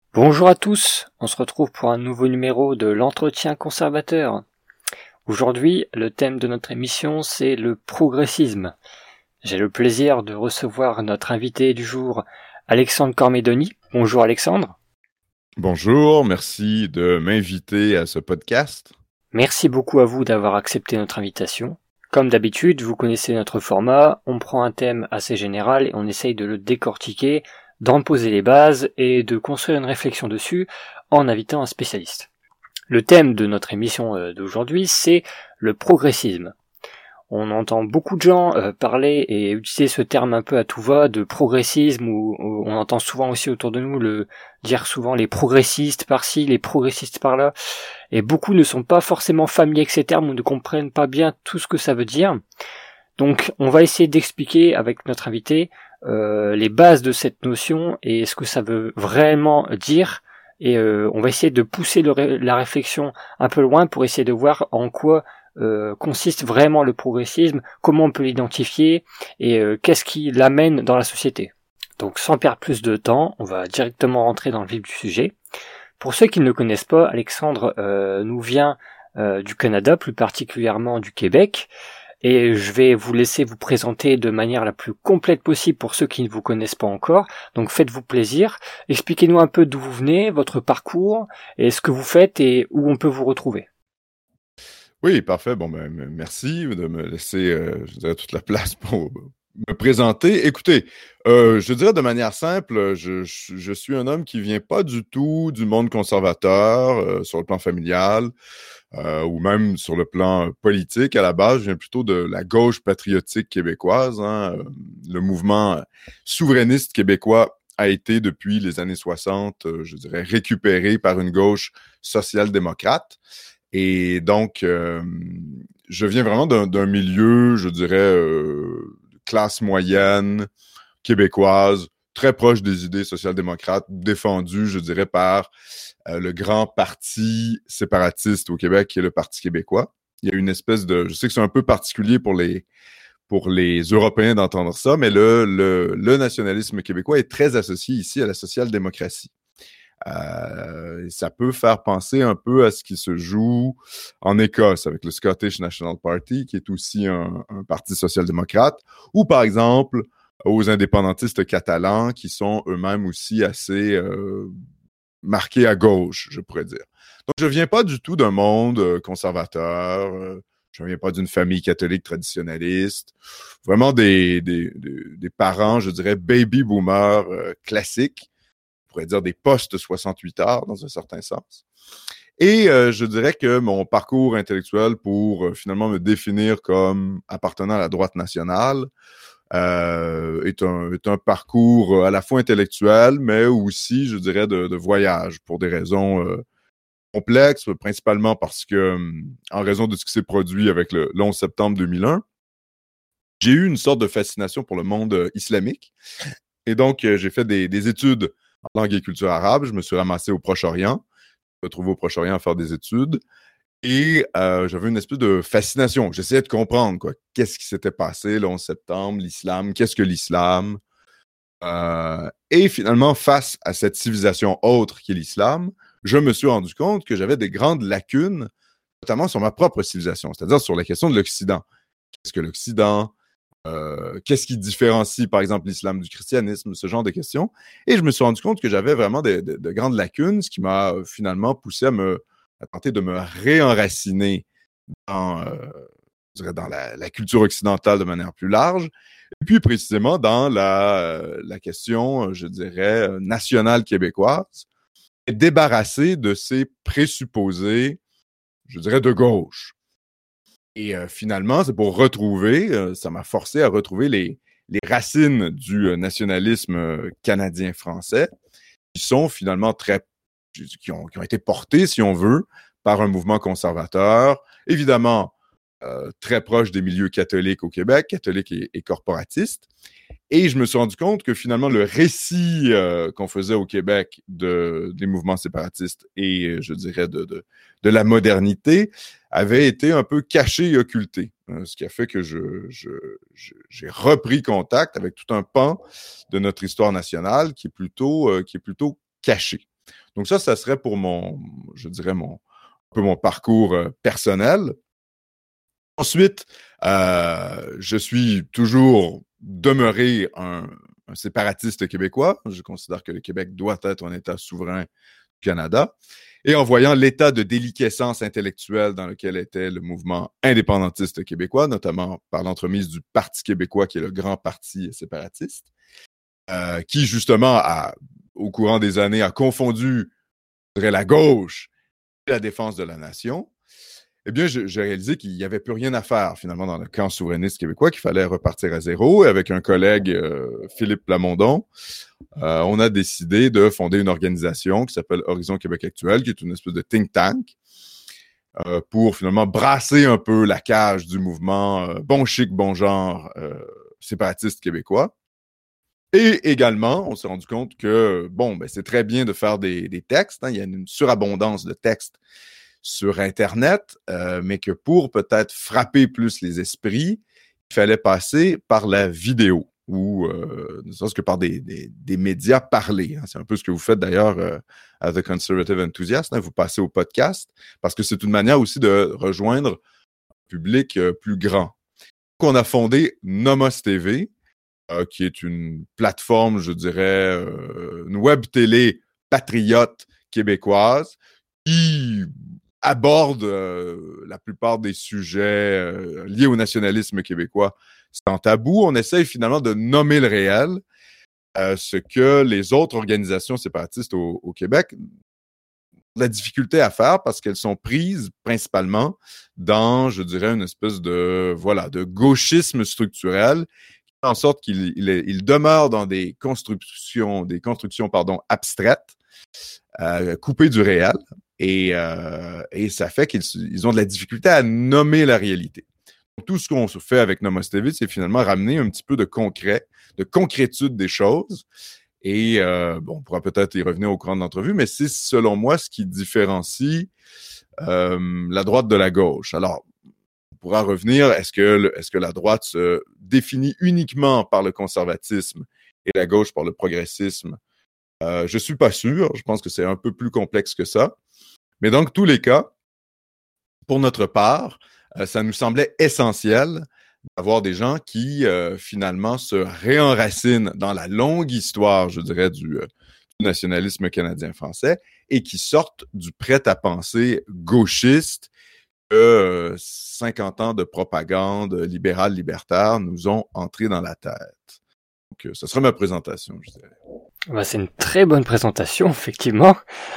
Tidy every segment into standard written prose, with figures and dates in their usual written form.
Bonjour à tous, on se retrouve pour un nouveau numéro de l'entretien conservateur. Aujourd'hui, le thème de notre émission, c'est le progressisme. J'ai le plaisir de recevoir notre invité du jour, Alexandre Cormedoni. Bonjour Alexandre. Bonjour, merci de m'inviter à ce podcast. Merci beaucoup à vous d'avoir accepté notre invitation. Comme d'habitude, vous connaissez notre format, on prend un thème assez général et on essaye de le décortiquer, d'en poser les bases et de construire une réflexion dessus en invitant un spécialiste. Le thème de notre émission d'aujourd'hui, c'est le progressisme. On entend beaucoup de gens parler et utiliser ce terme un peu à tout va de progressisme, ou on entend souvent aussi autour de nous dire souvent les progressistes par-ci, les progressistes par-là, et beaucoup ne sont pas forcément familiers avec ces termes ou ne comprennent pas bien tout ce que ça veut dire. Donc on va essayer d'expliquer avec notre invité les bases de cette notion et ce que ça veut vraiment dire. Et on va essayer de pousser la réflexion un peu loin pour essayer de voir en quoi consiste vraiment le progressisme, comment on peut l'identifier et qu'est-ce qui l'amène dans la société. Donc sans perdre plus de temps, on va directement rentrer dans le vif du sujet. Pour ceux qui ne le connaissent pas, Alexandre nous vient du Canada, plus particulièrement du Québec. Et je vais vous laisser vous présenter de manière la plus complète possible pour ceux qui ne vous connaissent pas encore. Donc faites-vous plaisir. Expliquez-nous un peu d'où vous venez, votre parcours, et ce que vous faites et où on peut vous retrouver. Oui, parfait. Bon, merci de me laisser, je dirais, toute la place pour me présenter. Écoutez, je dirais de manière simple, je suis un homme qui vient pas du tout du monde conservateur sur le plan familial ou même sur le plan politique. À la base, je viens plutôt de la gauche patriotique québécoise. Le mouvement souverainiste québécois a été, depuis les années 60, je dirais, récupéré par une gauche social-démocrate. Et donc, je viens vraiment d'un milieu, je dirais, classe moyenne, québécoise, très proche des idées social-démocrates, défendues, je dirais, par le grand parti séparatiste au Québec, qui est le Parti québécois. Il y a une espèce de... Je sais que c'est un peu particulier pour les Européens d'entendre ça, mais le nationalisme québécois est très associé ici à la social-démocratie. Ça peut faire penser un peu à ce qui se joue en Écosse avec le Scottish National Party, qui est aussi un parti social-démocrate, ou par exemple aux indépendantistes catalans, qui sont eux-mêmes aussi assez marqués à gauche, je pourrais dire. Donc, je viens pas du tout d'un monde conservateur, je viens pas d'une famille catholique traditionnaliste, vraiment des parents, je dirais, baby-boomers classiques, on pourrait dire des post-68 heures dans un certain sens. Et je dirais que mon parcours intellectuel pour finalement me définir comme appartenant à la droite nationale est un parcours à la fois intellectuel, mais aussi, je dirais, de voyage pour des raisons complexes, principalement parce que, en raison de ce qui s'est produit avec le 11 septembre 2001, j'ai eu une sorte de fascination pour le monde islamique. Et donc, j'ai fait des études en langue et culture arabe. Je me suis ramassé au Proche-Orient, retrouvé au Proche-Orient à faire des études. Et j'avais une espèce de fascination. J'essayais de comprendre, quoi. Qu'est-ce qui s'était passé le 11 septembre, l'islam, qu'est-ce que l'islam? Et finalement, face à cette civilisation autre qu'est l'islam, je me suis rendu compte que j'avais des grandes lacunes, notamment sur ma propre civilisation, c'est-à-dire sur la question de l'Occident. Qu'est-ce que l'Occident? Qu'est-ce qui différencie, par exemple, l'islam du christianisme, ce genre de questions. Et je me suis rendu compte que j'avais vraiment de grandes lacunes, ce qui m'a finalement poussé à tenter de me réenraciner dans, je dirais dans la culture occidentale de manière plus large, et puis précisément dans la question, je dirais, nationale québécoise, et débarrasser de ces présupposés, je dirais, de gauche. Et finalement, c'est pour retrouver, ça m'a forcé à retrouver les racines du nationalisme canadien-français, qui sont finalement qui ont été portés, si on veut, par un mouvement conservateur, évidemment très proche des milieux catholiques au Québec, catholiques et corporatistes. Et je me suis rendu compte que finalement, le récit qu'on faisait au Québec des mouvements séparatistes et, je dirais, de la modernité avait été un peu caché et occulté. Ce qui a fait que j'ai repris contact avec tout un pan de notre histoire nationale qui est plutôt caché. Donc ça serait pour un peu mon parcours personnel. Ensuite, je suis toujours demeuré un séparatiste québécois. Je considère que le Québec doit être un État souverain du Canada. Et en voyant l'état de déliquescence intellectuelle dans lequel était le mouvement indépendantiste québécois, notamment par l'entremise du Parti québécois, qui est le grand parti séparatiste, qui justement, au courant des années, a confondu la gauche et la défense de la nation, eh bien, j'ai réalisé qu'il n'y avait plus rien à faire, finalement, dans le camp souverainiste québécois, qu'il fallait repartir à zéro. Et avec un collègue, Philippe Plamondon, on a décidé de fonder une organisation qui s'appelle Horizon Québec Actuel, qui est une espèce de think tank, pour finalement brasser un peu la cage du mouvement bon chic, bon genre séparatiste québécois. Et également, on s'est rendu compte que, c'est très bien de faire des textes, hein, il y a une surabondance de textes sur Internet, mais que pour peut-être frapper plus les esprits, il fallait passer par la vidéo ou ne serait-ce que par des médias parlés. Hein. C'est un peu ce que vous faites d'ailleurs à The Conservative Enthusiast, hein. Vous passez au podcast parce que c'est une manière aussi de rejoindre un public plus grand. Donc, on a fondé Nomos TV, qui est une plateforme, je dirais, une web télé patriote québécoise qui aborde la plupart des sujets liés au nationalisme québécois sans tabou. On essaye finalement de nommer le réel, ce que les autres organisations séparatistes au Québec ont la difficulté à faire parce qu'elles sont prises principalement dans, je dirais, une espèce de gauchisme structurel qui fait en sorte qu'il demeure dans des constructions abstraites, coupées du réel. Et ça fait qu'ils ont de la difficulté à nommer la réalité. Donc, tout ce qu'on fait avec Nomos TV, c'est finalement ramener un petit peu de concret, de concrétude des choses. Et on pourra peut-être y revenir au cours de l'entrevue, mais c'est selon moi ce qui différencie la droite de la gauche. Alors, on pourra revenir, est-ce que la droite se définit uniquement par le conservatisme et la gauche par le progressisme? Je suis pas sûr, je pense que c'est un peu plus complexe que ça. Mais dans tous les cas, pour notre part, ça nous semblait essentiel d'avoir des gens qui, finalement, se réenracinent dans la longue histoire, je dirais, du nationalisme canadien-français et qui sortent du prêt-à-penser gauchiste que 50 ans de propagande libérale libertaire nous ont entré dans la tête. Donc, ce sera ma présentation, je dirais. C'est une très bonne présentation, effectivement.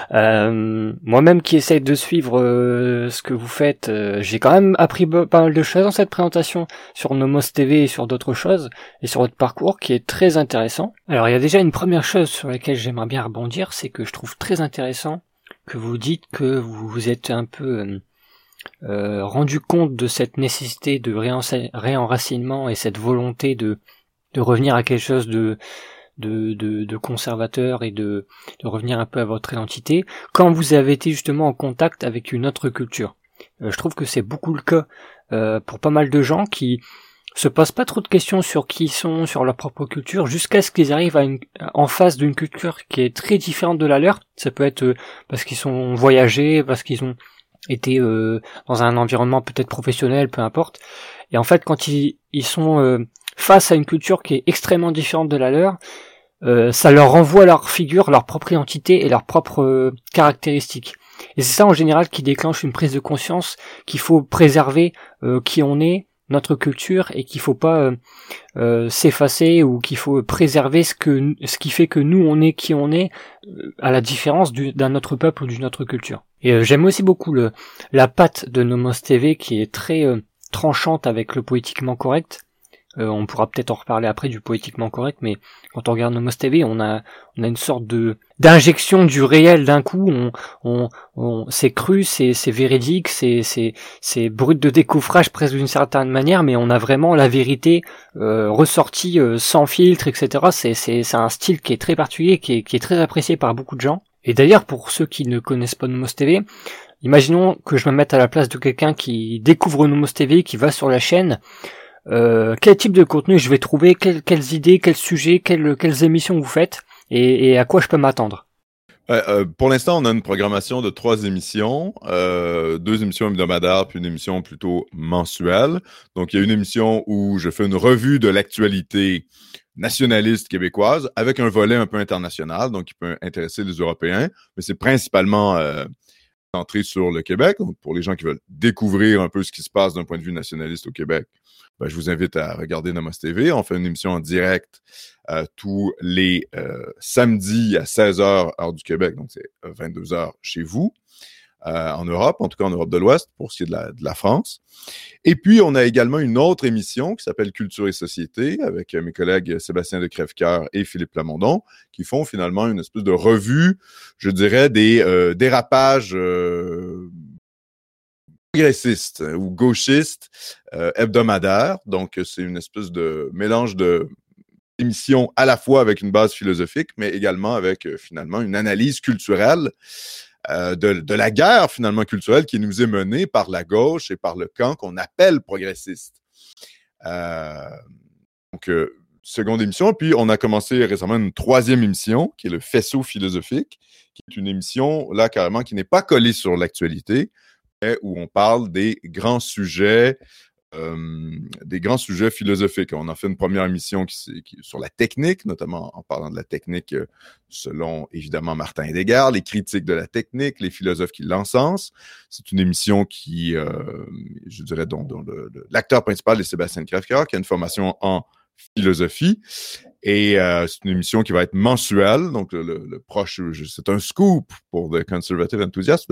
Moi-même qui essaye de suivre ce que vous faites, j'ai quand même appris pas mal de choses dans cette présentation sur Nomos TV et sur d'autres choses, et sur votre parcours qui est très intéressant. Alors il y a déjà une première chose sur laquelle j'aimerais bien rebondir, c'est que je trouve très intéressant que vous dites que vous vous êtes un peu rendu compte de cette nécessité de réenracinement et cette volonté de revenir à quelque chose de conservateur et de revenir un peu à votre identité quand vous avez été justement en contact avec une autre culture. Je trouve que c'est beaucoup le cas pour pas mal de gens qui se posent pas trop de questions sur qui ils sont, sur leur propre culture, jusqu'à ce qu'ils arrivent en face d'une culture qui est très différente de la leur. Ça peut être parce qu'ils sont voyagés, parce qu'ils ont été dans un environnement peut-être professionnel, peu importe. Et en fait, quand ils sont face à une culture qui est extrêmement différente de la leur, ça leur renvoie leur figure, leur propre identité et leurs propres caractéristiques. Et c'est ça en général qui déclenche une prise de conscience qu'il faut préserver qui on est, notre culture, et qu'il faut pas s'effacer, ou qu'il faut préserver ce qui fait que nous on est qui on est, à la différence d'un autre peuple ou d'une autre culture. Et j'aime aussi beaucoup la patte de Nomos TV qui est très tranchante avec le politiquement correct. On pourra peut-être en reparler après du politiquement correct, mais quand on regarde Nomos TV, on a une sorte d'injection du réel d'un coup. C'est cru, c'est véridique, c'est brut de décoffrage presque d'une certaine manière, mais on a vraiment la vérité ressortie sans filtre, etc. C'est un style qui est très particulier, qui est très apprécié par beaucoup de gens. Et d'ailleurs, pour ceux qui ne connaissent pas Nomos TV, imaginons que je me mette à la place de quelqu'un qui découvre Nomos TV, qui va sur la chaîne. Quel type de contenu je vais trouver, quelles idées, quels sujets, quelles émissions vous faites, et à quoi je peux m'attendre? Pour l'instant, on a une programmation de 3 émissions, 2 émissions hebdomadaires, puis une émission plutôt mensuelle. Donc, il y a une émission où je fais une revue de l'actualité nationaliste québécoise avec un volet un peu international, donc qui peut intéresser les Européens, mais c'est principalement centré sur le Québec. Donc, pour les gens qui veulent découvrir un peu ce qui se passe d'un point de vue nationaliste au Québec, ben, je vous invite à regarder Nomos TV. On fait une émission en direct tous les samedis à 16h, heure du Québec, donc c'est 22h chez vous, en Europe, en tout cas en Europe de l'Ouest, pour ce qui est de la France. Et puis, on a également une autre émission qui s'appelle Culture et Société, avec mes collègues Sébastien de Crèvecoeur et Philippe Plamondon, qui font finalement une espèce de revue, je dirais, des dérapages progressistes ou gauchistes hebdomadaires. Donc, c'est une espèce de mélange de émission à la fois avec une base philosophique, mais également avec finalement une analyse culturelle de la guerre finalement culturelle qui nous est menée par la gauche et par le camp qu'on appelle progressiste. Donc, seconde émission. Puis, on a commencé récemment une 3e émission qui est le Faisceau philosophique, qui est une émission, là, carrément, qui n'est pas collée sur l'actualité, mais où on parle des grands sujets philosophiques. On a fait une première émission qui sur la technique, notamment en parlant de la technique selon, évidemment, Martin Heidegger, les critiques de la technique, les philosophes qui l'encensent. C'est une émission qui, je dirais, dont l'acteur principal est Sébastien Crèvecoeur, qui a une formation en philosophie. Et c'est une émission qui va être mensuelle. Donc, c'est un scoop pour The Conservative Enthusiast.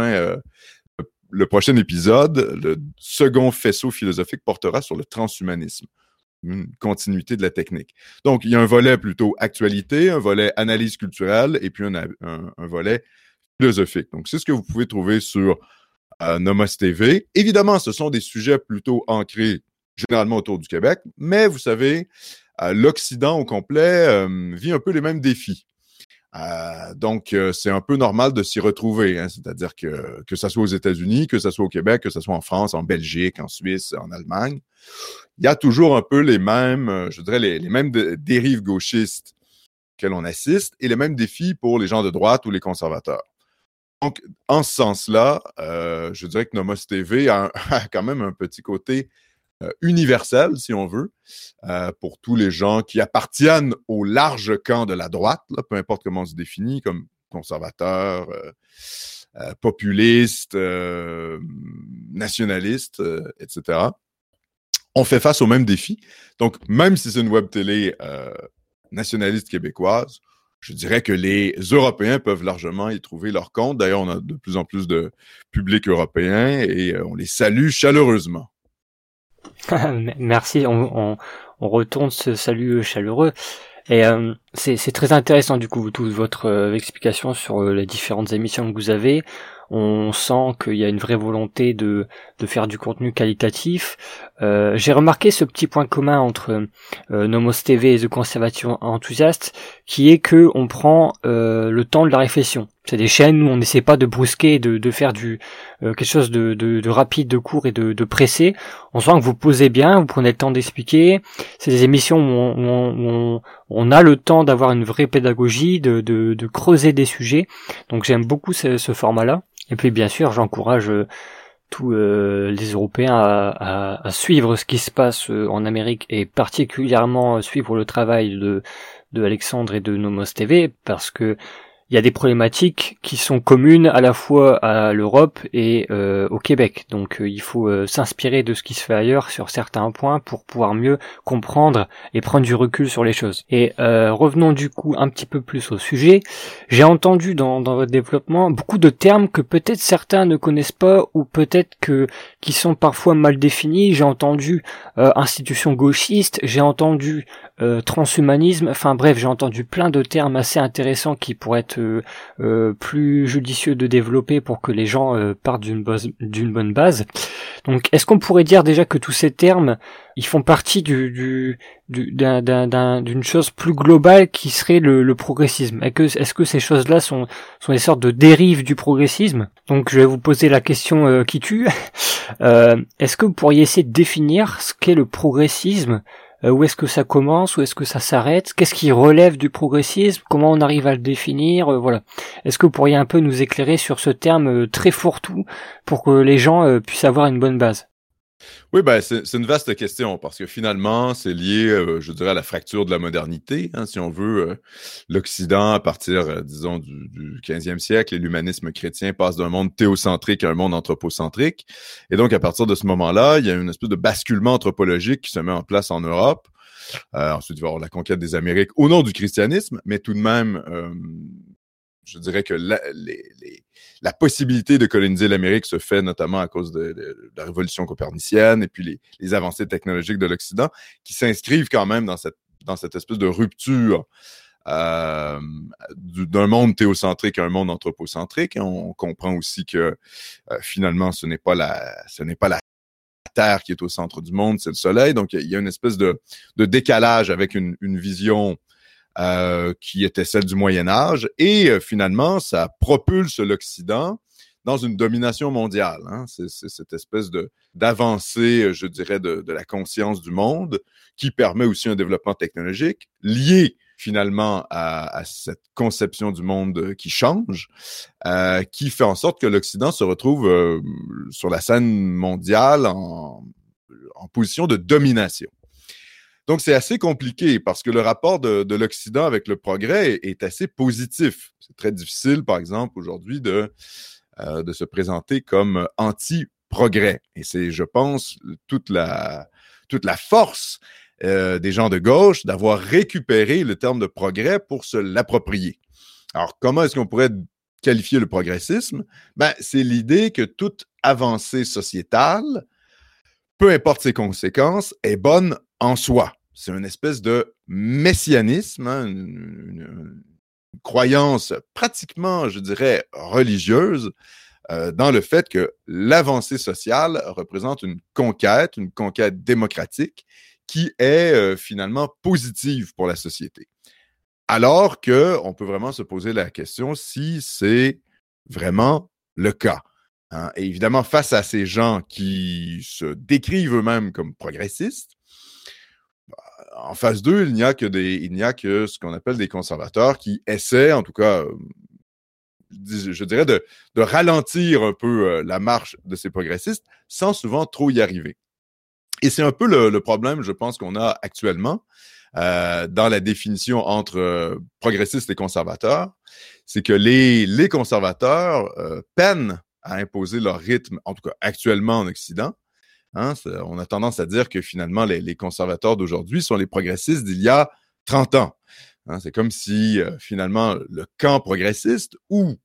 Le prochain épisode, le second faisceau philosophique, portera sur le transhumanisme, une continuité de la technique. Donc, il y a un volet plutôt actualité, un volet analyse culturelle et puis un volet philosophique. Donc, c'est ce que vous pouvez trouver sur Nomos TV. Évidemment, ce sont des sujets plutôt ancrés généralement autour du Québec, mais vous savez, l'Occident au complet vit un peu les mêmes défis. Donc, c'est un peu normal de s'y retrouver, hein, c'est-à-dire que ça soit aux États-Unis, que ça soit au Québec, que ça soit en France, en Belgique, en Suisse, en Allemagne, il y a toujours un peu les mêmes, je dirais, les mêmes dérives gauchistes auxquelles on assiste et les mêmes défis pour les gens de droite ou les conservateurs. Donc, en ce sens-là, je dirais que Nomos TV a quand même un petit côté universel, si on veut, pour tous les gens qui appartiennent au large camp de la droite, là, peu importe comment on se définit, comme conservateur, populiste, nationaliste, etc. On fait face aux mêmes défis. Donc, même si c'est une web télé nationaliste québécoise, je dirais que les Européens peuvent largement y trouver leur compte. D'ailleurs, on a de plus en plus de public européen et on les salue chaleureusement. Merci, on retourne ce salut chaleureux. Et c'est très intéressant du coup toute votre explication sur les différentes émissions que vous avez. On sent qu'il y a une vraie volonté de faire du contenu qualitatif. J'ai remarqué ce petit point commun entre Nomos TV et The Conservative Enthusiast, qui est que on prend le temps de la réflexion. C'est des chaînes où on n'essaie pas de brusquer, de faire quelque chose de rapide, de court et de pressé. On sent que vous posez bien, vous prenez le temps d'expliquer. C'est des émissions où on a le temps d'avoir une vraie pédagogie, de creuser des sujets. Donc j'aime beaucoup ce format-là. Et puis bien sûr, j'encourage tous les Européens à suivre ce qui se passe en Amérique et particulièrement suivre le travail de Alexandre et de Nomos TV parce que il y a des problématiques qui sont communes à la fois à l'Europe et au Québec. Donc il faut s'inspirer de ce qui se fait ailleurs sur certains points pour pouvoir mieux comprendre et prendre du recul sur les choses. Et revenons du coup un petit peu plus au sujet. J'ai entendu dans votre développement beaucoup de termes que peut-être certains ne connaissent pas ou peut-être qui sont parfois mal définis. J'ai entendu institution gauchiste, j'ai entendu transhumanisme, enfin bref, j'ai entendu plein de termes assez intéressants qui pourraient être plus judicieux de développer pour que les gens partent d'une bonne base. Donc, est-ce qu'on pourrait dire déjà que tous ces termes, ils font partie d'une chose plus globale qui serait le progressisme? Est-ce que ces choses-là sont des sortes de dérives du progressisme? Donc, je vais vous poser la question qui tue. Est-ce que vous pourriez essayer de définir ce qu'est le progressisme Où est-ce que ça commence? Où est-ce que ça s'arrête? Qu'est-ce qui relève du progressisme? Comment on arrive à le définir? Voilà. Est-ce que vous pourriez un peu nous éclairer sur ce terme très fourre-tout pour que les gens puissent avoir une bonne base? Oui, ben, c'est une vaste question parce que finalement, c'est lié, je dirais, à la fracture de la modernité. Hein, si on veut, l'Occident, à partir, disons, du 15e siècle, et l'humanisme chrétien passe d'un monde théocentrique à un monde anthropocentrique. Et donc, à partir de ce moment-là, il y a une espèce de basculement anthropologique qui se met en place en Europe. Ensuite, il va y avoir la conquête des Amériques au nom du christianisme, mais tout de même, je dirais que la possibilité de coloniser l'Amérique se fait notamment à cause de la révolution copernicienne et puis les avancées technologiques de l'Occident qui s'inscrivent quand même dans cette espèce de rupture d'un monde théocentrique à un monde anthropocentrique. On comprend aussi que finalement, ce n'est pas la Terre qui est au centre du monde, c'est le Soleil. Donc, il y a une espèce de décalage avec une vision qui était celle du Moyen Âge, et finalement, ça propulse l'Occident dans une domination mondiale. Hein. C'est cette espèce d'avancée, je dirais, de la conscience du monde, qui permet aussi un développement technologique lié finalement à cette conception du monde qui change, qui fait en sorte que l'Occident se retrouve sur la scène mondiale en position de domination. Donc, c'est assez compliqué parce que le rapport de l'Occident avec le progrès est assez positif. C'est très difficile, par exemple, aujourd'hui, de se présenter comme anti-progrès. Et c'est, je pense, toute la force des gens de gauche d'avoir récupéré le terme de progrès pour se l'approprier. Alors, comment est-ce qu'on pourrait qualifier le progressisme? Ben, c'est l'idée que toute avancée sociétale, peu importe ses conséquences, est bonne en soi. C'est une espèce de messianisme, hein, une croyance pratiquement, je dirais, religieuse, dans le fait que l'avancée sociale représente une conquête démocratique qui est finalement positive pour la société. Alors qu'on peut vraiment se poser la question si c'est vraiment le cas. Hein. Et évidemment, face à ces gens qui se décrivent eux-mêmes comme progressistes, en phase 2, il n'y a que ce qu'on appelle des conservateurs qui essaient, en tout cas, je dirais, de ralentir un peu la marche de ces progressistes sans souvent trop y arriver. Et c'est un peu le problème, je pense, qu'on a actuellement dans la définition entre progressistes et conservateurs. C'est que les conservateurs peinent à imposer leur rythme, en tout cas actuellement en Occident. Hein, on a tendance à dire que finalement, les conservateurs d'aujourd'hui sont les progressistes d'il y a 30 ans. Hein, c'est comme si finalement le camp progressiste, ou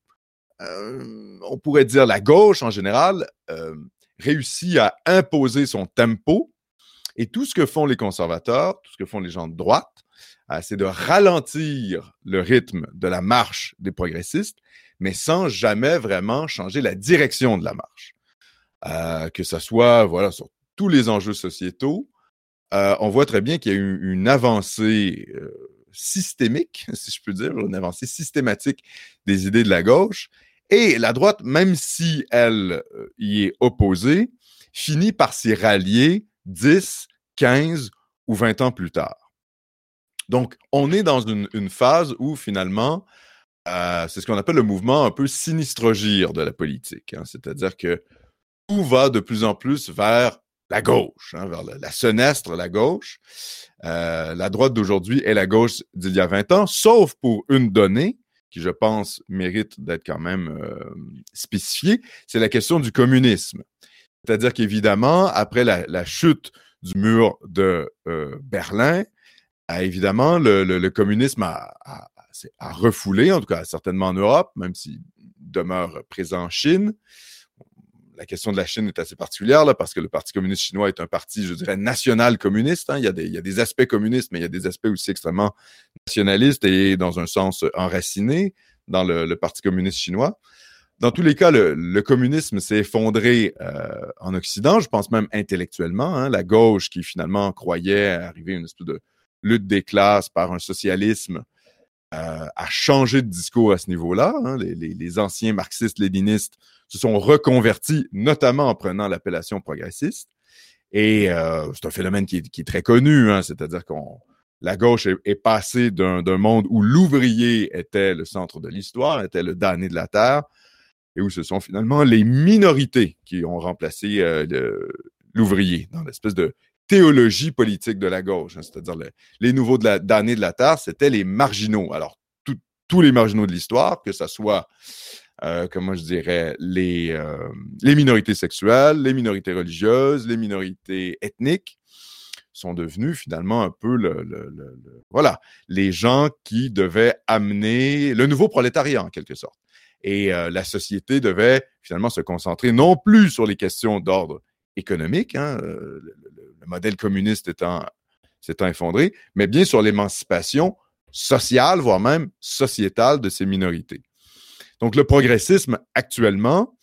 on pourrait dire la gauche en général, réussit à imposer son tempo. Et tout ce que font les conservateurs, tout ce que font les gens de droite, c'est de ralentir le rythme de la marche des progressistes, mais sans jamais vraiment changer la direction de la marche. Que ce soit sur tous les enjeux sociétaux, on voit très bien qu'il y a eu une avancée systémique, si je peux dire, une avancée systématique des idées de la gauche, et la droite, même si elle y est opposée, finit par s'y rallier 10, 15 ou 20 ans plus tard. Donc, on est dans une phase où finalement, c'est ce qu'on appelle le mouvement un peu sinistrogire de la politique, hein, c'est-à-dire que tout va de plus en plus vers la gauche, hein, vers la senestre, la gauche. La droite d'aujourd'hui est la gauche d'il y a 20 ans, sauf pour une donnée qui, je pense, mérite d'être quand même spécifiée, c'est la question du communisme. C'est-à-dire qu'évidemment, après la chute du mur de Berlin, évidemment, le communisme a refoulé, en tout cas certainement en Europe, même s'il demeure présent en Chine. La question de la Chine est assez particulière là, parce que le Parti communiste chinois est un parti, je dirais, national-communiste. Hein. Il y a des aspects communistes, mais il y a des aspects aussi extrêmement nationalistes et dans un sens enracinés dans le Parti communiste chinois. Dans tous les cas, le communisme s'est effondré en Occident, je pense même intellectuellement. Hein. La gauche qui finalement croyait arriver à une espèce de lutte des classes par un socialisme a changé de discours à ce niveau-là. Hein. Les anciens marxistes-léninistes se sont reconvertis, notamment en prenant l'appellation progressiste. Et c'est un phénomène qui est très connu, hein, c'est-à-dire la gauche est passée d'un monde où l'ouvrier était le centre de l'histoire, était le damné de la terre, et où ce sont finalement les minorités qui ont remplacé l'ouvrier dans l'espèce de théologie politique de la gauche, hein, c'est-à-dire les nouveaux damnés de la terre, c'était les marginaux. Alors, tous les marginaux de l'histoire, que ce soit comment je dirais, les minorités sexuelles, les minorités religieuses, les minorités ethniques, sont devenus finalement un peu voilà, les gens qui devaient amener le nouveau prolétariat en quelque sorte. Et la société devait finalement se concentrer non plus sur les questions d'ordre économique, hein, le modèle communiste s'étant effondré, mais bien sur l'émancipation sociale, voire même sociétale de ces minorités. Donc, le progressisme, actuellement,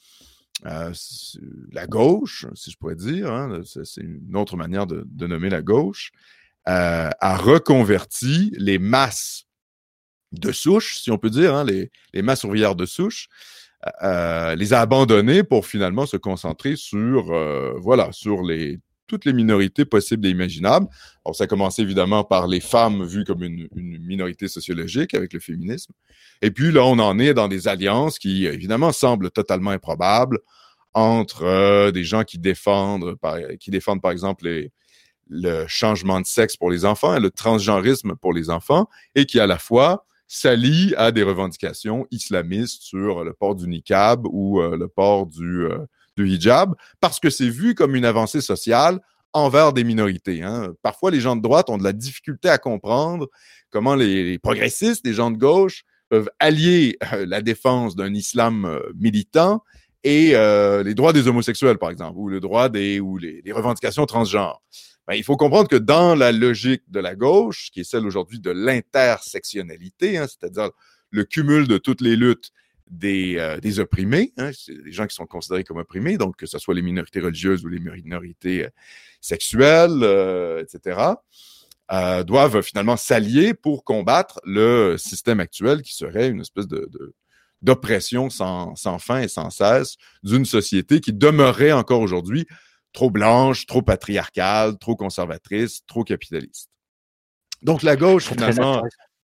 la gauche, si je pourrais dire, hein, c'est une autre manière de nommer la gauche, a reconverti les masses de souche, si on peut dire, hein, les masses ouvrières de souche, les a abandonnées pour finalement se concentrer sur, sur toutes les minorités possibles et imaginables. Alors, ça a commencé évidemment par les femmes vues comme une minorité sociologique avec le féminisme. Et puis là, on en est dans des alliances qui, évidemment, semblent totalement improbables entre des gens qui défendent, par exemple, le changement de sexe pour les enfants et le transgenrisme pour les enfants, et qui, à la fois, s'allient à des revendications islamistes sur le port du niqab ou le port du hijab, parce que c'est vu comme une avancée sociale envers des minorités. Hein. Parfois, les gens de droite ont de la difficulté à comprendre comment les progressistes, les gens de gauche, peuvent allier la défense d'un islam militant et les droits des homosexuels, par exemple, ou les revendications transgenres. Ben, il faut comprendre que dans la logique de la gauche, qui est celle aujourd'hui de l'intersectionnalité, hein, c'est-à-dire le cumul de toutes les luttes des opprimés, hein, c'est les gens qui sont considérés comme opprimés, donc que ce soit les minorités religieuses ou les minorités sexuelles, etc., doivent finalement s'allier pour combattre le système actuel qui serait une espèce d'oppression sans fin et sans cesse d'une société qui demeurerait encore aujourd'hui trop blanche, trop patriarcale, trop conservatrice, trop capitaliste. Donc la gauche, finalement,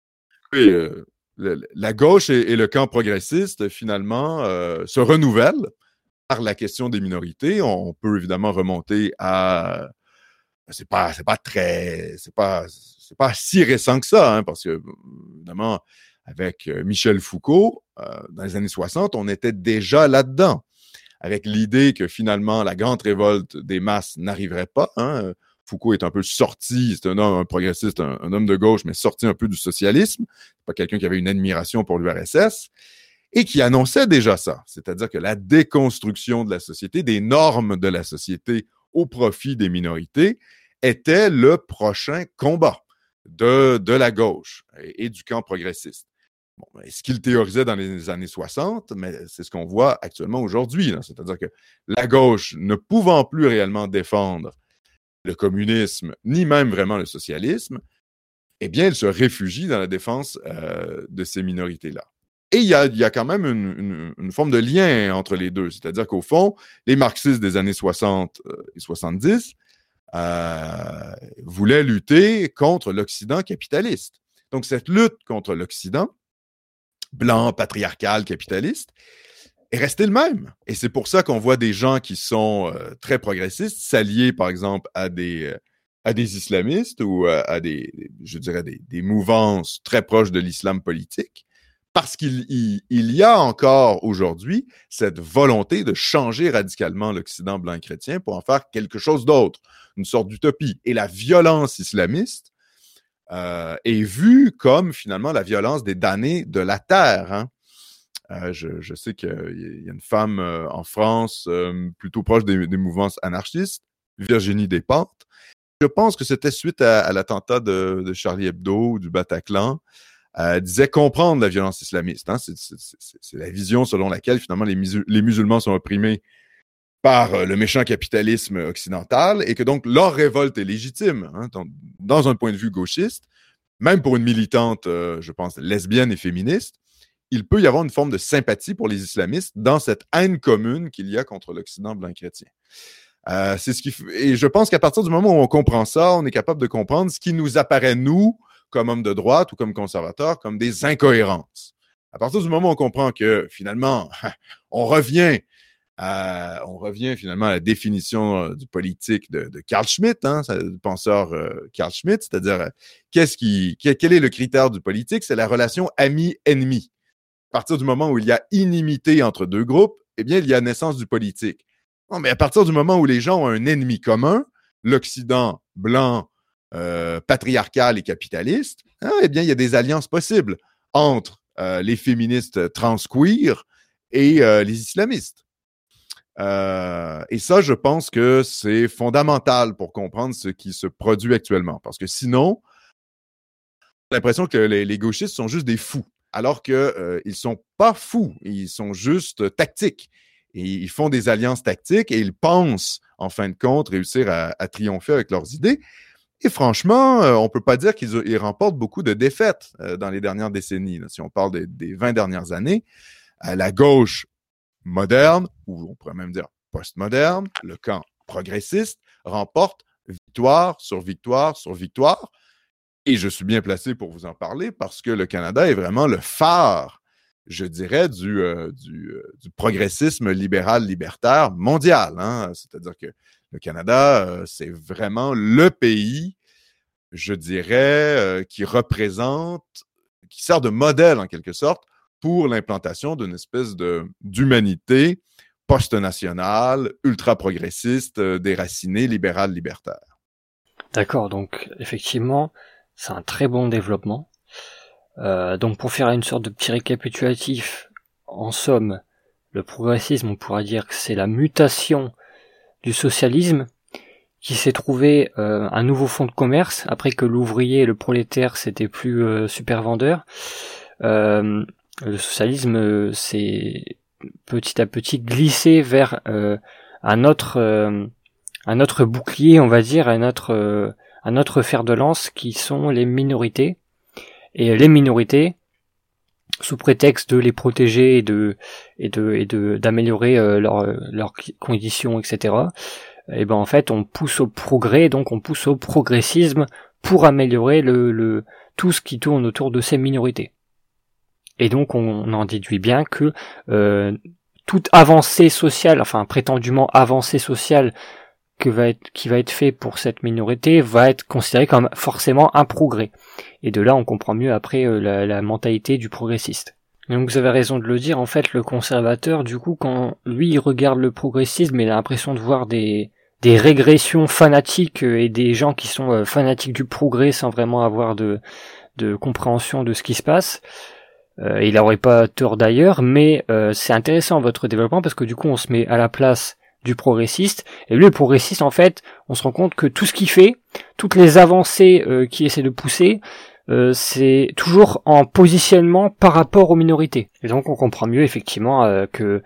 la gauche et le camp progressiste, finalement, se renouvellent par la question des minorités. On peut évidemment remonter à... C'est pas si récent que ça, hein, parce que, évidemment, avec Michel Foucault, dans les années 60, on était déjà là-dedans, avec l'idée que finalement, la grande révolte des masses n'arriverait pas. Hein. Foucault est un peu sorti, c'est un progressiste, un homme de gauche, mais sorti un peu du socialisme. C'est pas quelqu'un qui avait une admiration pour l'URSS, et qui annonçait déjà ça, c'est-à-dire que la déconstruction de la société, des normes de la société au profit des minorités, était le prochain combat de la gauche et du camp progressiste. Bon, ce qu'il théorisait dans les années 60, mais c'est ce qu'on voit actuellement aujourd'hui. C'est-à-dire que la gauche, ne pouvant plus réellement défendre le communisme, ni même vraiment le socialisme, eh bien, elle se réfugie dans la défense de ces minorités-là. Et il y a quand même une forme de lien entre les deux. C'est-à-dire qu'au fond, les marxistes des années 60 et 70 voulaient lutter contre l'Occident capitaliste. Donc, cette lutte contre l'Occident, blanc, patriarcal, capitaliste, est restée le même. Et c'est pour ça qu'on voit des gens qui sont très progressistes s'allier, par exemple, à des islamistes ou à des mouvances très proches de l'islam politique, parce qu'il y a encore aujourd'hui cette volonté de changer radicalement l'Occident blanc chrétien pour en faire quelque chose d'autre, une sorte d'utopie. Et la violence islamiste est vue comme finalement la violence des damnés de la terre. Hein. Je sais qu'il y a une femme en France plutôt proche des mouvances anarchistes, Virginie Despentes. Je pense que c'était suite à l'attentat de Charlie Hebdo ou du Bataclan. Disait comprendre la violence islamiste. Hein? C'est la vision selon laquelle, finalement, les musulmans sont opprimés par le méchant capitalisme occidental et que donc leur révolte est légitime. Hein? Donc, dans un point de vue gauchiste, même pour une militante, je pense, lesbienne et féministe, il peut y avoir une forme de sympathie pour les islamistes dans cette haine commune qu'il y a contre l'Occident blanc chrétien. C'est ce qui et je pense qu'à partir du moment où on comprend ça, on est capable de comprendre ce qui nous apparaît, nous, comme hommes de droite ou comme conservateurs, comme des incohérences. À partir du moment où on comprend que, finalement, on revient finalement à la définition du politique de Carl Schmitt, du penseur Carl Schmitt, c'est-à-dire quel est le critère du politique? C'est la relation ami-ennemi. À partir du moment où il y a inimité entre deux groupes, eh bien, il y a naissance du politique. Non, mais à partir du moment où les gens ont un ennemi commun, l'Occident blanc, patriarcal et capitaliste, eh bien, il y a des alliances possibles entre les féministes transqueer et les islamistes. Et ça, je pense que c'est fondamental pour comprendre ce qui se produit actuellement. Parce que sinon, j'ai l'impression que les gauchistes sont juste des fous. Alors qu'ils ne sont pas fous, ils sont juste tactiques. Et ils font des alliances tactiques et ils pensent, en fin de compte, réussir à triompher avec leurs idées. Et franchement, on ne peut pas dire qu'ils remportent beaucoup de défaites dans les dernières décennies. Là. Si on parle des 20 dernières années, la gauche moderne, ou on pourrait même dire postmoderne, le camp progressiste, remporte victoire sur victoire sur victoire. Et je suis bien placé pour vous en parler parce que le Canada est vraiment le phare, je dirais, du progressisme libéral-libertaire mondial. C'est-à-dire que le Canada, c'est vraiment le pays, je dirais, qui sert de modèle en quelque sorte pour l'implantation d'une espèce d'humanité post-nationale, ultra-progressiste, déracinée, libérale-libertaire. D'accord, donc effectivement, c'est un très bon développement. Donc pour faire une sorte de petit récapitulatif, en somme, le progressisme, on pourra dire que c'est la mutation du socialisme qui s'est trouvé un nouveau fonds de commerce après que l'ouvrier et le prolétaire c'était plus super vendeur. Le socialisme s'est petit à petit glissé vers un autre bouclier, on va dire, un autre fer de lance qui sont les minorités. Et les minorités, sous prétexte de les protéger et d'améliorer leurs conditions, etc. Et ben en fait on pousse au progrès, donc on pousse au progressisme pour améliorer tout ce qui tourne autour de ces minorités. Et donc on en déduit bien que toute avancée sociale, enfin prétendument avancée sociale qui va être fait pour cette minorité va être considérée comme forcément un progrès. Et de là on comprend mieux après la mentalité du progressiste. Donc vous avez raison de le dire, en fait le conservateur du coup quand lui il regarde le progressisme il a l'impression de voir des régressions fanatiques et des gens qui sont fanatiques du progrès sans vraiment avoir de compréhension de ce qui se passe. Il n'aurait pas tort d'ailleurs, mais c'est intéressant votre développement parce que du coup on se met à la place du progressiste, et lui le progressiste en fait on se rend compte que tout ce qu'il fait, toutes les avancées qu'il essaie de pousser, c'est toujours en positionnement par rapport aux minorités. Et donc on comprend mieux effectivement que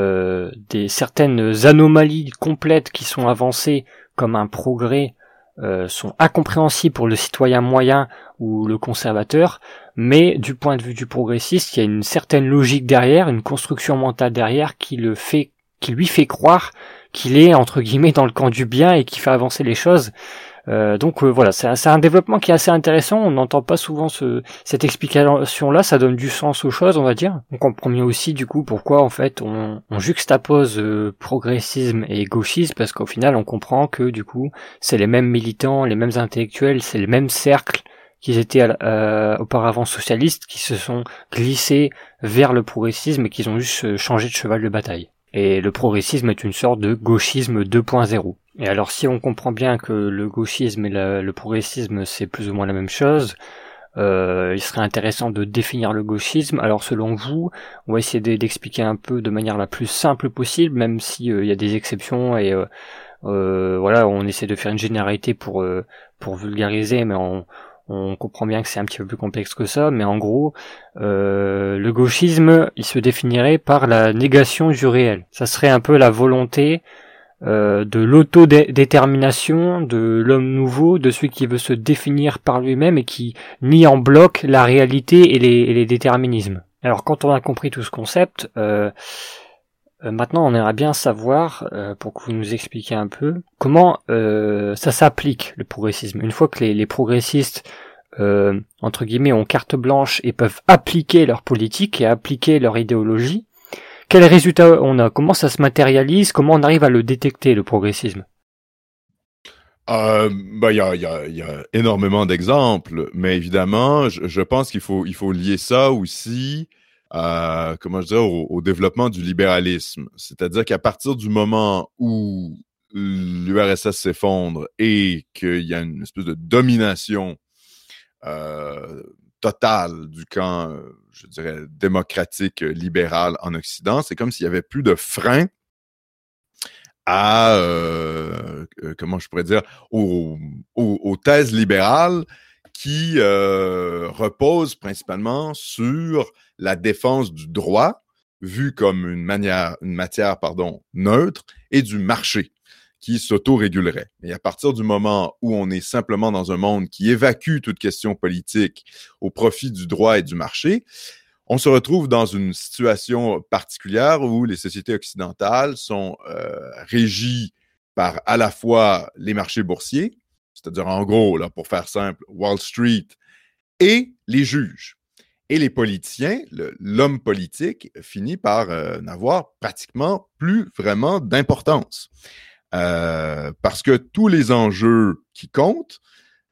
certaines anomalies complètes qui sont avancées comme un progrès sont incompréhensibles pour le citoyen moyen ou le conservateur, mais du point de vue du progressiste, il y a une certaine logique derrière, une construction mentale derrière qui lui fait croire qu'il est entre guillemets dans le camp du bien et qui fait avancer les choses. Donc voilà, c'est un développement qui est assez intéressant, on n'entend pas souvent cette explication-là, ça donne du sens aux choses, on va dire. On comprend mieux aussi du coup pourquoi en fait on juxtapose progressisme et gauchisme, parce qu'au final on comprend que du coup c'est les mêmes militants, les mêmes intellectuels, c'est les mêmes cercles qui étaient auparavant socialistes, qui se sont glissés vers le progressisme et qui ont juste changé de cheval de bataille. Et le progressisme est une sorte de gauchisme 2.0. Et alors si on comprend bien que le gauchisme et le progressisme c'est plus ou moins la même chose, il serait intéressant de définir le gauchisme. Alors selon vous, on va essayer d'expliquer un peu de manière la plus simple possible, même si il y a des exceptions et voilà, on essaie de faire une généralité pour vulgariser, mais on comprend bien que c'est un petit peu plus complexe que ça, mais en gros, le gauchisme, il se définirait par la négation du réel. Ça serait un peu la volonté de l'autodétermination de l'homme nouveau, de celui qui veut se définir par lui-même et qui nie en bloc la réalité et les déterminismes. Alors quand on a compris tout ce concept, Maintenant, on aimerait bien savoir, pour que vous nous expliquiez un peu, comment ça s'applique, le progressisme. Une fois que les progressistes, entre guillemets, ont carte blanche et peuvent appliquer leur politique et appliquer leur idéologie, quels résultats on a? Comment ça se matérialise? Comment on arrive à le détecter, le progressisme? Il y a énormément d'exemples, mais évidemment, je pense qu'il faut lier ça aussi comment je dirais, au développement du libéralisme. C'est-à-dire qu'à partir du moment où l'URSS s'effondre et qu'il y a une espèce de domination totale du camp, je dirais, démocratique libéral en Occident, c'est comme s'il y avait plus de frein à, comment je pourrais dire, aux thèses libérales qui reposent principalement sur la défense du droit, vu comme une matière neutre, et du marché, qui s'auto-régulerait. Et à partir du moment où on est simplement dans un monde qui évacue toute question politique au profit du droit et du marché, on se retrouve dans une situation particulière où les sociétés occidentales sont régies par à la fois les marchés boursiers, c'est-à-dire en gros, là, pour faire simple, Wall Street, et les juges. Et les politiciens, l'homme politique, finit par n'avoir pratiquement plus vraiment d'importance. Parce que tous les enjeux qui comptent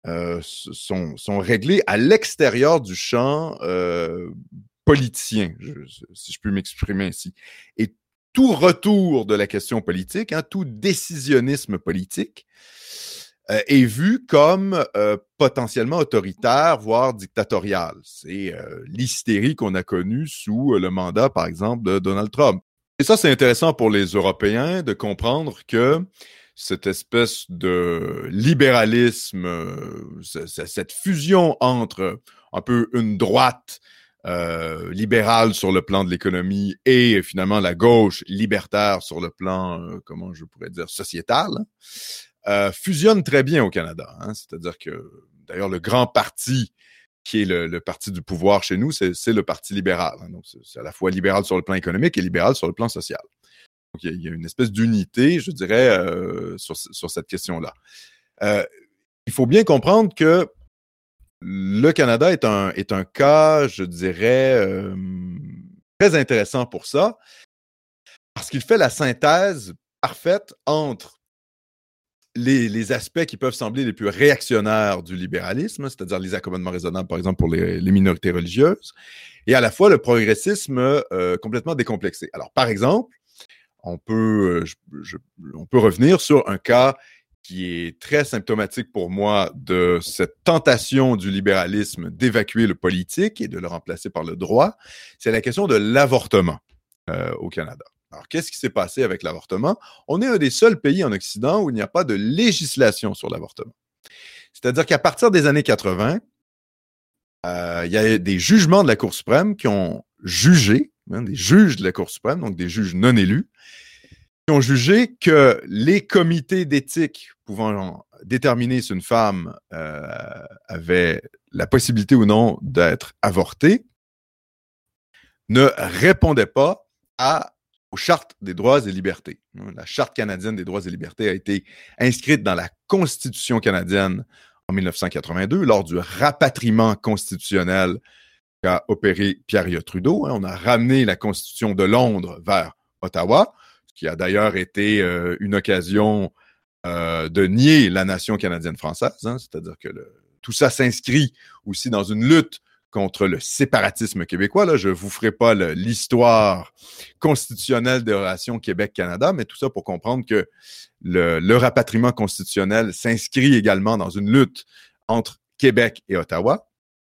sont réglés à l'extérieur du champ politicien, si je peux m'exprimer ainsi. Et tout retour de la question politique, tout décisionnisme politique, est vu comme potentiellement autoritaire, voire dictatorial. C'est l'hystérie qu'on a connue sous le mandat, par exemple, de Donald Trump. Et ça, c'est intéressant pour les Européens de comprendre que cette espèce de libéralisme, cette fusion entre un peu une droite libérale sur le plan de l'économie et finalement la gauche libertaire sur le plan, comment je pourrais dire, sociétal, fusionne très bien au Canada. C'est-à-dire que, d'ailleurs, le grand parti qui est le parti du pouvoir chez nous, c'est le Parti libéral. Donc, c'est à la fois libéral sur le plan économique et libéral sur le plan social. Donc, il y a une espèce d'unité, je dirais, sur cette question-là. Il faut bien comprendre que le Canada est un cas, je dirais, très intéressant pour ça, parce qu'il fait la synthèse parfaite entre les aspects qui peuvent sembler les plus réactionnaires du libéralisme, c'est-à-dire les accommodements raisonnables, par exemple, pour les minorités religieuses, et à la fois le progressisme complètement décomplexé. Alors, par exemple, on peut revenir sur un cas qui est très symptomatique pour moi de cette tentation du libéralisme d'évacuer le politique et de le remplacer par le droit, c'est la question de l'avortement au Canada. Alors, qu'est-ce qui s'est passé avec l'avortement? On est un des seuls pays en Occident où il n'y a pas de législation sur l'avortement. C'est-à-dire qu'à partir des années 80, il y a des jugements de la Cour suprême qui ont jugé, des juges de la Cour suprême, donc des juges non élus, qui ont jugé que les comités d'éthique pouvant déterminer si une femme avait la possibilité ou non d'être avortée ne répondaient pas aux chartes des droits et libertés. La Charte canadienne des droits et libertés a été inscrite dans la Constitution canadienne en 1982 lors du rapatriement constitutionnel qu'a opéré Pierre Trudeau. On a ramené la Constitution de Londres vers Ottawa, ce qui a d'ailleurs été une occasion de nier la nation canadienne-française. C'est-à-dire que tout ça s'inscrit aussi dans une lutte contre le séparatisme québécois. Là, je ne vous ferai pas l'histoire constitutionnelle des relations Québec-Canada, mais tout ça pour comprendre que le rapatriement constitutionnel s'inscrit également dans une lutte entre Québec et Ottawa.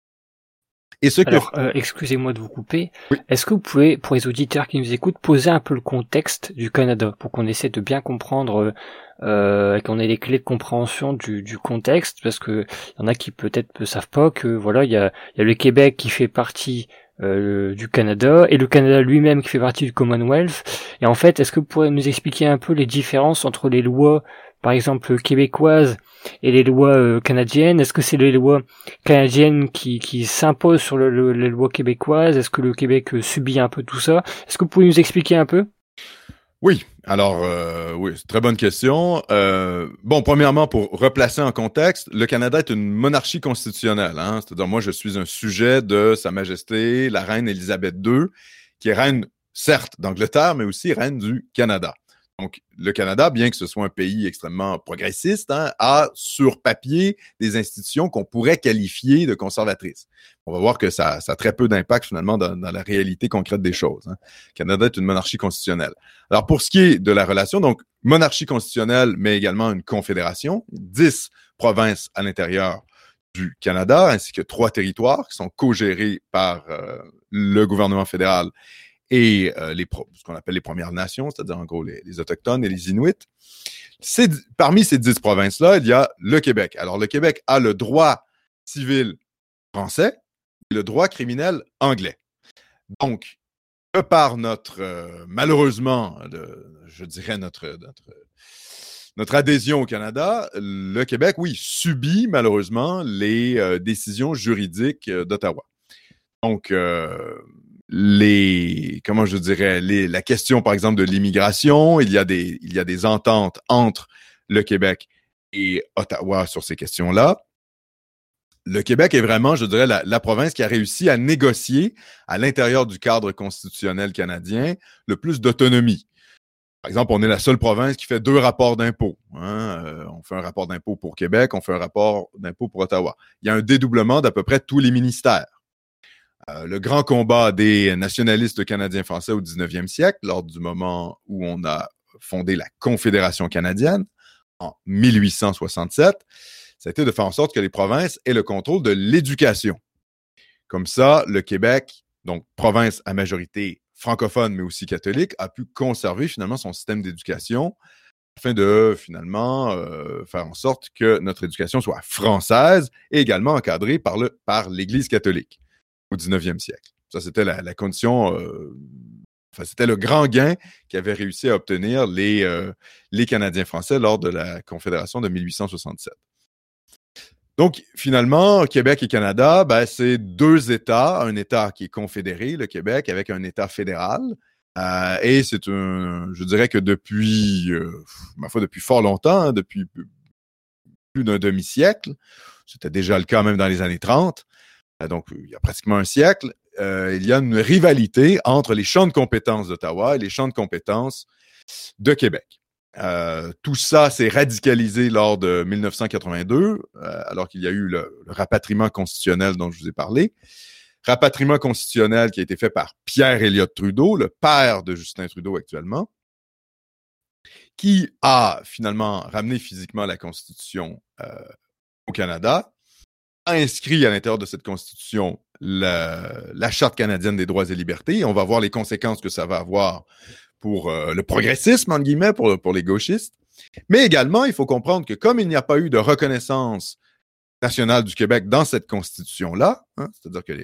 Alors, excusez-moi de vous couper. Oui. Est-ce que vous pouvez, pour les auditeurs qui nous écoutent, poser un peu le contexte du Canada pour qu'on essaie de bien comprendre, qu'on ait les clés de compréhension du contexte, parce que y en a qui peut-être ne savent pas que voilà, il y a le Québec qui fait partie du Canada et le Canada lui-même qui fait partie du Commonwealth. Et en fait, est-ce que vous pourriez nous expliquer un peu les différences entre les lois, par exemple québécoises, et les lois canadiennes? Est-ce que c'est les lois canadiennes qui s'imposent sur les lois québécoises? Est-ce que le Québec subit un peu tout ça? Est-ce que vous pouvez nous expliquer un peu? Oui, alors oui, c'est une très bonne question. Bon, premièrement, pour replacer en contexte, le Canada est une monarchie constitutionnelle, hein? C'est-à-dire, moi, je suis un sujet de Sa Majesté, la reine Élisabeth II, qui est reine, certes, d'Angleterre, mais aussi reine du Canada. Donc, le Canada, bien que ce soit un pays extrêmement progressiste, hein, a sur papier des institutions qu'on pourrait qualifier de conservatrices. On va voir que ça a très peu d'impact finalement dans la réalité concrète des choses, hein. Le Canada est une monarchie constitutionnelle. Alors, pour ce qui est de la relation, donc, monarchie constitutionnelle, mais également une confédération, 10 provinces à l'intérieur du Canada, ainsi que 3 territoires qui sont co-gérés par le gouvernement fédéral et ce qu'on appelle les Premières Nations, c'est-à-dire en gros les Autochtones et les Inuits. Parmi ces 10 provinces-là, il y a le Québec. Alors, le Québec a le droit civil français et le droit criminel anglais. Donc, de par malheureusement, je dirais notre adhésion au Canada, le Québec, oui, subit malheureusement les décisions juridiques d'Ottawa. Donc, comment je dirais, la question, par exemple, de l'immigration, il y a des ententes entre le Québec et Ottawa sur ces questions-là. Le Québec est vraiment, je dirais, la province qui a réussi à négocier à l'intérieur du cadre constitutionnel canadien le plus d'autonomie. Par exemple, on est la seule province qui fait 2 rapports d'impôts, hein. On fait un rapport d'impôt pour Québec, on fait un rapport d'impôt pour Ottawa. Il y a un dédoublement d'à peu près tous les ministères. Le grand combat des nationalistes canadiens-français au 19e siècle, lors du moment où on a fondé la Confédération canadienne en 1867, ça a été de faire en sorte que les provinces aient le contrôle de l'éducation. Comme ça, le Québec, donc province à majorité francophone, mais aussi catholique, a pu conserver finalement son système d'éducation afin de finalement faire en sorte que notre éducation soit française et également encadrée par l'Église catholique au 19e siècle. Ça, c'était la condition, c'était le grand gain qu'avaient réussi à obtenir les Canadiens français lors de la Confédération de 1867. Donc, finalement, Québec et Canada, c'est 2 États, un État qui est confédéré, le Québec, avec un État fédéral. Et c'est je dirais que depuis fort longtemps, hein, depuis plus d'un demi-siècle, c'était déjà le cas même dans les années 30, donc il y a pratiquement un siècle, il y a une rivalité entre les champs de compétences d'Ottawa et les champs de compétences de Québec. Tout ça s'est radicalisé lors de 1982, alors qu'il y a eu le rapatriement constitutionnel dont je vous ai parlé. Rapatriement constitutionnel qui a été fait par Pierre Elliott Trudeau, le père de Justin Trudeau actuellement, qui a finalement ramené physiquement la Constitution au Canada, a inscrit à l'intérieur de cette Constitution la Charte canadienne des droits et libertés. On va voir les conséquences que ça va avoir pour le progressisme, entre guillemets, pour les gauchistes. Mais également, il faut comprendre que comme il n'y a pas eu de reconnaissance nationale du Québec dans cette Constitution-là, hein, c'est-à-dire que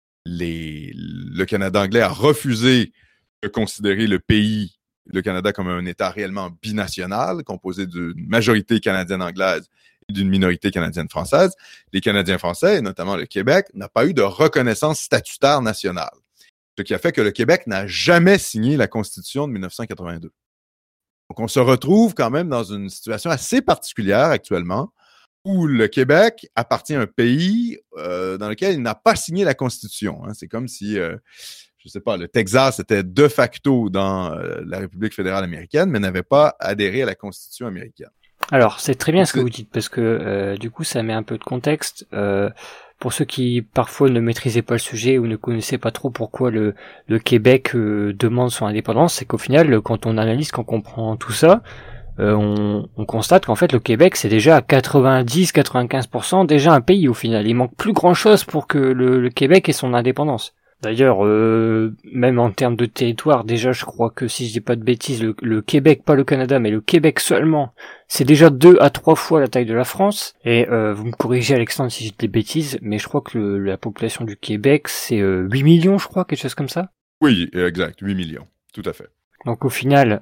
le Canada anglais a refusé de considérer le Canada comme un État réellement binational, composé d'une majorité canadienne-anglaise et d'une minorité canadienne-française. Les Canadiens français, et notamment le Québec, n'a pas eu de reconnaissance statutaire nationale. Ce qui a fait que le Québec n'a jamais signé la Constitution de 1982. Donc, on se retrouve quand même dans une situation assez particulière actuellement, où le Québec appartient à un pays dans lequel il n'a pas signé la Constitution. Hein. C'est comme si, je ne sais pas, le Texas était de facto dans la République fédérale américaine, mais n'avait pas adhéré à la Constitution américaine. Alors, c'est très bien ce que vous dites, parce que du coup, ça met un peu de contexte. Pour ceux qui parfois ne maîtrisaient pas le sujet ou ne connaissaient pas trop pourquoi le Québec demande son indépendance, c'est qu'au final, quand on analyse, quand on comprend tout ça, on constate qu'en fait le Québec c'est déjà à 90-95% déjà un pays au final. Il manque plus grand chose pour que le Québec ait son indépendance. D'ailleurs, même en termes de territoire, déjà je crois que si je dis pas de bêtises, le Québec, pas le Canada, mais le Québec seulement, c'est déjà 2 à 3 fois la taille de la France. Et vous me corrigez Alexandre si je dis des bêtises, mais je crois que la population du Québec c'est 8 millions je crois, quelque chose comme ça. Oui, exact, 8 millions, tout à fait. Donc au final,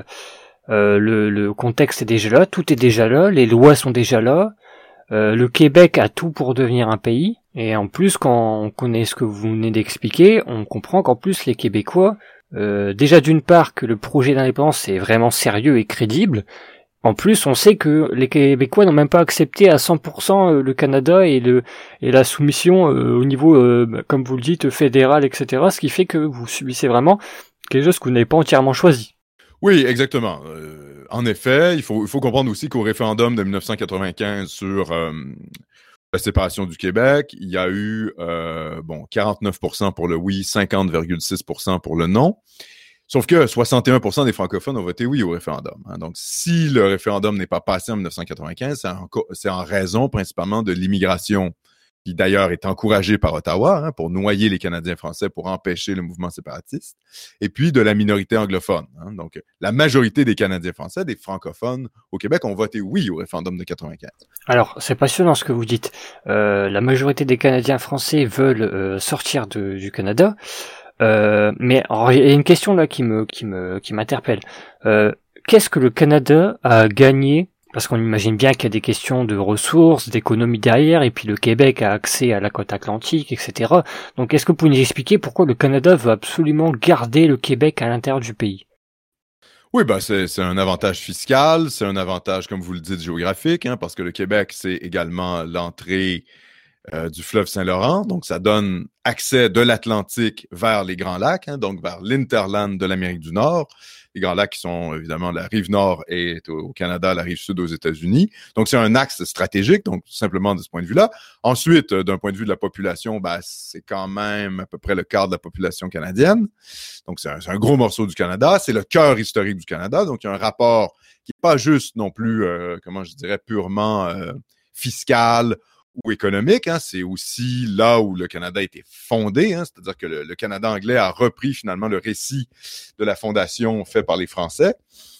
le contexte est déjà là, tout est déjà là, les lois sont déjà là, le Québec a tout pour devenir un pays, et en plus quand on connaît ce que vous venez d'expliquer, on comprend qu'en plus les Québécois déjà d'une part que le projet d'indépendance est vraiment sérieux et crédible. En plus, on sait que les Québécois n'ont même pas accepté à 100% le Canada et la soumission au niveau, comme vous le dites, fédéral, etc. Ce qui fait que vous subissez vraiment quelque chose que vous n'avez pas entièrement choisi. Oui, exactement. En effet, il faut comprendre aussi qu'au référendum de 1995 sur la séparation du Québec, il y a eu 49% pour le oui, 50,6% pour le non. Sauf que 61% des francophones ont voté oui au référendum. Hein. Donc, si le référendum n'est pas passé en 1995, c'est en raison principalement de l'immigration, qui d'ailleurs est encouragée par Ottawa pour noyer les Canadiens français, pour empêcher le mouvement séparatiste, et puis de la minorité anglophone. Hein. Donc, la majorité des Canadiens français, des francophones au Québec, ont voté oui au référendum de 95. Alors, c'est passionnant ce que vous dites. La majorité des Canadiens français veulent sortir du Canada. Mais alors, il y a une question là qui m'interpelle. Qu'est-ce que le Canada a gagné? Parce qu'on imagine bien qu'il y a des questions de ressources, d'économie derrière, et puis le Québec a accès à la côte atlantique, etc. Donc, est-ce que vous pouvez nous expliquer pourquoi le Canada veut absolument garder le Québec à l'intérieur du pays? Oui, c'est un avantage fiscal, c'est un avantage, comme vous le dites, géographique, parce que le Québec, c'est également l'entrée du fleuve Saint-Laurent. Donc, ça donne accès de l'Atlantique vers les Grands Lacs, donc vers l'interland de l'Amérique du Nord. Les Grands Lacs qui sont évidemment la rive nord est au Canada, la rive sud aux États-Unis. Donc, c'est un axe stratégique, donc simplement de ce point de vue-là. Ensuite, d'un point de vue de la population, c'est quand même à peu près le quart de la population canadienne. Donc, c'est un gros morceau du Canada. C'est le cœur historique du Canada. Donc, il y a un rapport qui n'est pas juste non plus, purement fiscal ou économique, c'est aussi là où le Canada a été fondé, c'est-à-dire que le Canada anglais a repris finalement le récit de la fondation fait par les Français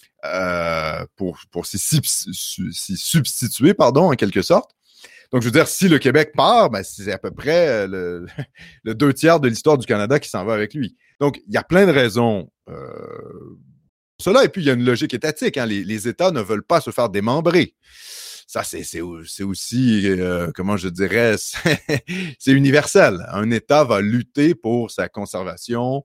pour s'y substituer, en quelque sorte. Donc, je veux dire, si le Québec part, c'est à peu près le 2/3 de l'histoire du Canada qui s'en va avec lui. Donc, il y a plein de raisons pour cela, et puis il y a une logique étatique. Les États ne veulent pas se faire démembrer. Ça, c'est aussi, comment je dirais, c'est universel. Un État va lutter pour sa conservation,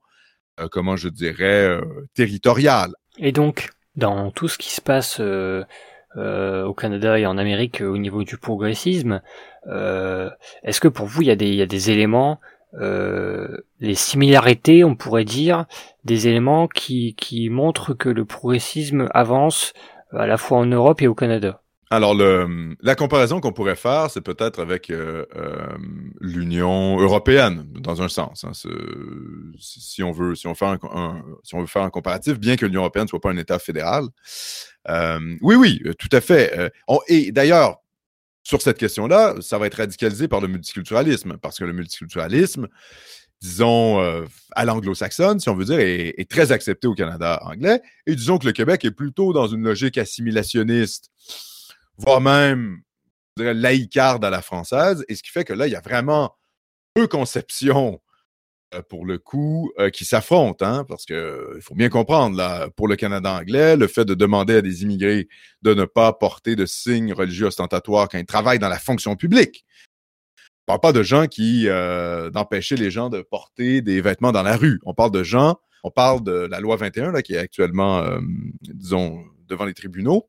territoriale. Et donc, dans tout ce qui se passe au Canada et en Amérique au niveau du progressisme, est-ce que pour vous, il y a des éléments, les similarités, on pourrait dire, des éléments qui montrent que le progressisme avance à la fois en Europe et au Canada? Alors, la comparaison qu'on pourrait faire, c'est peut-être avec l'Union européenne, dans un sens. Si on veut faire un comparatif, bien que l'Union européenne ne soit pas un État fédéral. Oui, tout à fait. Et d'ailleurs, sur cette question-là, ça va être radicalisé par le multiculturalisme, parce que le multiculturalisme, disons, à l'anglo-saxonne, si on veut dire, est très accepté au Canada anglais. Et disons que le Québec est plutôt dans une logique assimilationniste, voire même, je dirais, laïcarde à la française, et ce qui fait que là, il y a vraiment deux conceptions, pour le coup, qui s'affrontent, parce que il faut bien comprendre, là, pour le Canada anglais, le fait de demander à des immigrés de ne pas porter de signes religieux ostentatoires quand ils travaillent dans la fonction publique. On parle pas de gens d'empêcher les gens de porter des vêtements dans la rue. On parle de la loi 21, là, qui est actuellement, devant les tribunaux.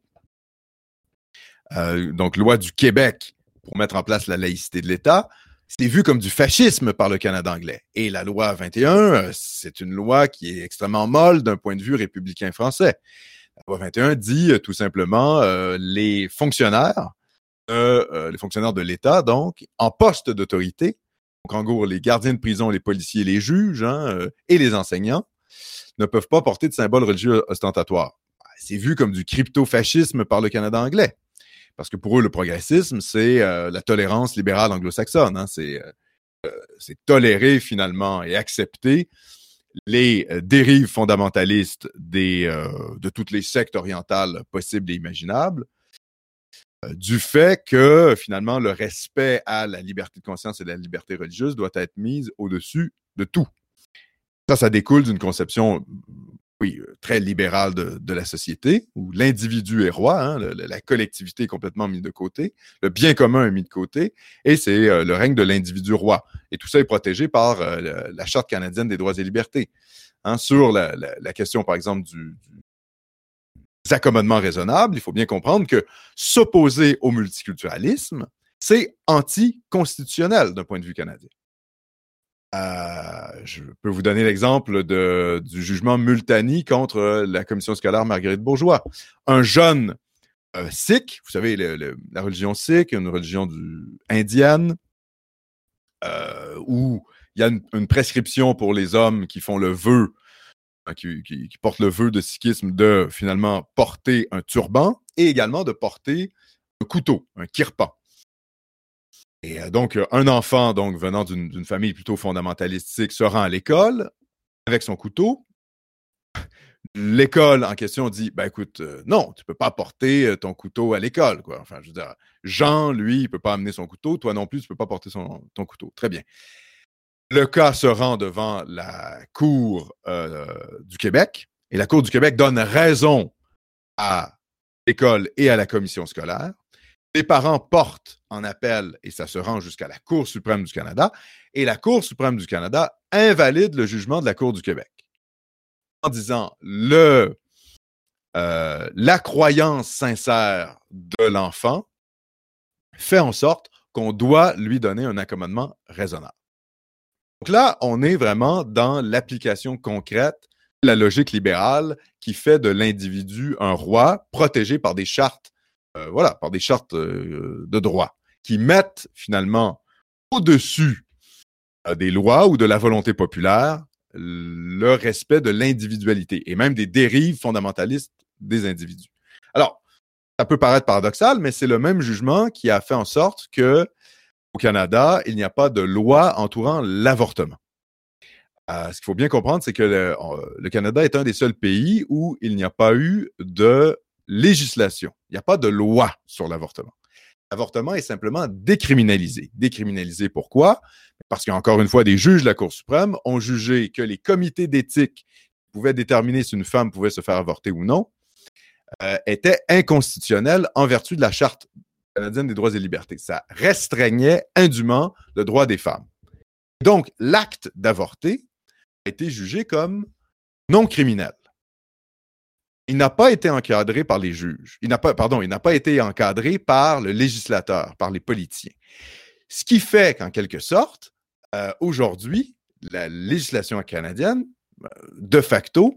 Donc, loi du Québec pour mettre en place la laïcité de l'État, c'est vu comme du fascisme par le Canada anglais. Et la loi 21, c'est une loi qui est extrêmement molle d'un point de vue républicain français. La loi 21 dit tout simplement les fonctionnaires de l'État, donc, en poste d'autorité, donc en gros, les gardiens de prison, les policiers, les juges et les enseignants, ne peuvent pas porter de symboles religieux ostentatoires. C'est vu comme du crypto-fascisme par le Canada anglais. Parce que pour eux, le progressisme, c'est la tolérance libérale anglo-saxonne. C'est tolérer finalement et accepter les dérives fondamentalistes de toutes les sectes orientales possibles et imaginables, du fait que finalement le respect à la liberté de conscience et la liberté religieuse doit être mise au-dessus de tout. Ça découle d'une conception très libérale de la société, où l'individu est roi, la collectivité est complètement mise de côté, le bien commun est mis de côté, et c'est le règne de l'individu roi. Et tout ça est protégé par la Charte canadienne des droits et libertés. sur la question, par exemple, des accommodements raisonnables. Il faut bien comprendre que s'opposer au multiculturalisme, c'est anticonstitutionnel d'un point de vue canadien. Je peux vous donner l'exemple du jugement Multani contre la commission scolaire Marguerite Bourgeois. Un jeune sikh, vous savez, la religion sikh, une religion indienne, où il y a une prescription pour les hommes qui font le vœu, qui portent le vœu de sikhisme de finalement porter un turban et également de porter un couteau, un kirpan. Et donc, un enfant venant d'une famille plutôt fondamentaliste sikh se rend à l'école avec son couteau. L'école en question dit, ben écoute, non, tu peux pas porter ton couteau à l'école, quoi. Enfin, je veux dire, Jean, lui, il peut pas amener son couteau, toi non plus, tu peux pas porter ton couteau. Très bien. Le cas se rend devant la Cour du Québec, et la Cour du Québec donne raison à l'école et à la commission scolaire. Les parents portent en appel, et ça se rend jusqu'à la Cour suprême du Canada, et la Cour suprême du Canada invalide le jugement de la Cour du Québec en disant la croyance sincère de l'enfant fait en sorte qu'on doit lui donner un accommodement raisonnable. Donc là, on est vraiment dans l'application concrète de la logique libérale qui fait de l'individu un roi protégé par des chartes, par des chartes de droit qui mettent finalement au-dessus des lois ou de la volonté populaire le respect de l'individualité et même des dérives fondamentalistes des individus. Alors, ça peut paraître paradoxal, mais c'est le même jugement qui a fait en sorte que au Canada, il n'y a pas de loi entourant l'avortement. Ce qu'il faut bien comprendre, c'est que le Canada est un des seuls pays où il n'y a pas eu de législation. Il n'y a pas de loi sur l'avortement. L'avortement est simplement décriminalisé. Décriminalisé pourquoi? Parce qu'encore une fois, des juges de la Cour suprême ont jugé que les comités d'éthique pouvaient déterminer si une femme pouvait se faire avorter ou non étaient inconstitutionnels en vertu de la Charte canadienne des droits et libertés. Ça restreignait indûment le droit des femmes. Donc, l'acte d'avorter a été jugé comme non criminel. Il n'a pas été encadré par les juges. Il n'a pas été encadré par le législateur, par les politiciens. Ce qui fait qu'en quelque sorte, aujourd'hui, la législation canadienne, de facto,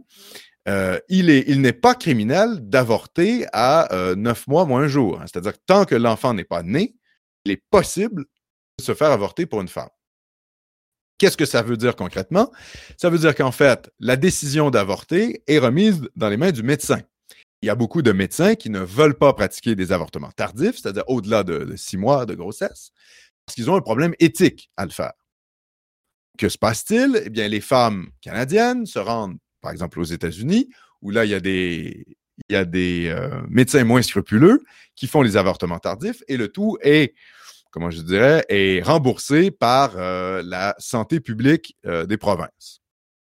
il n'est pas criminel d'avorter à 9 mois moins un jour. C'est-à-dire que tant que l'enfant n'est pas né, il est possible de se faire avorter pour une femme. Qu'est-ce que ça veut dire concrètement? Ça veut dire qu'en fait, la décision d'avorter est remise dans les mains du médecin. Il y a beaucoup de médecins qui ne veulent pas pratiquer des avortements tardifs, c'est-à-dire au-delà de 6 mois de grossesse, parce qu'ils ont un problème éthique à le faire. Que se passe-t-il? Eh bien, les femmes canadiennes se rendent, par exemple, aux États-Unis, où là, il y a des médecins moins scrupuleux qui font les avortements tardifs, et le tout est, comment je dirais, est remboursé par la santé publique des provinces.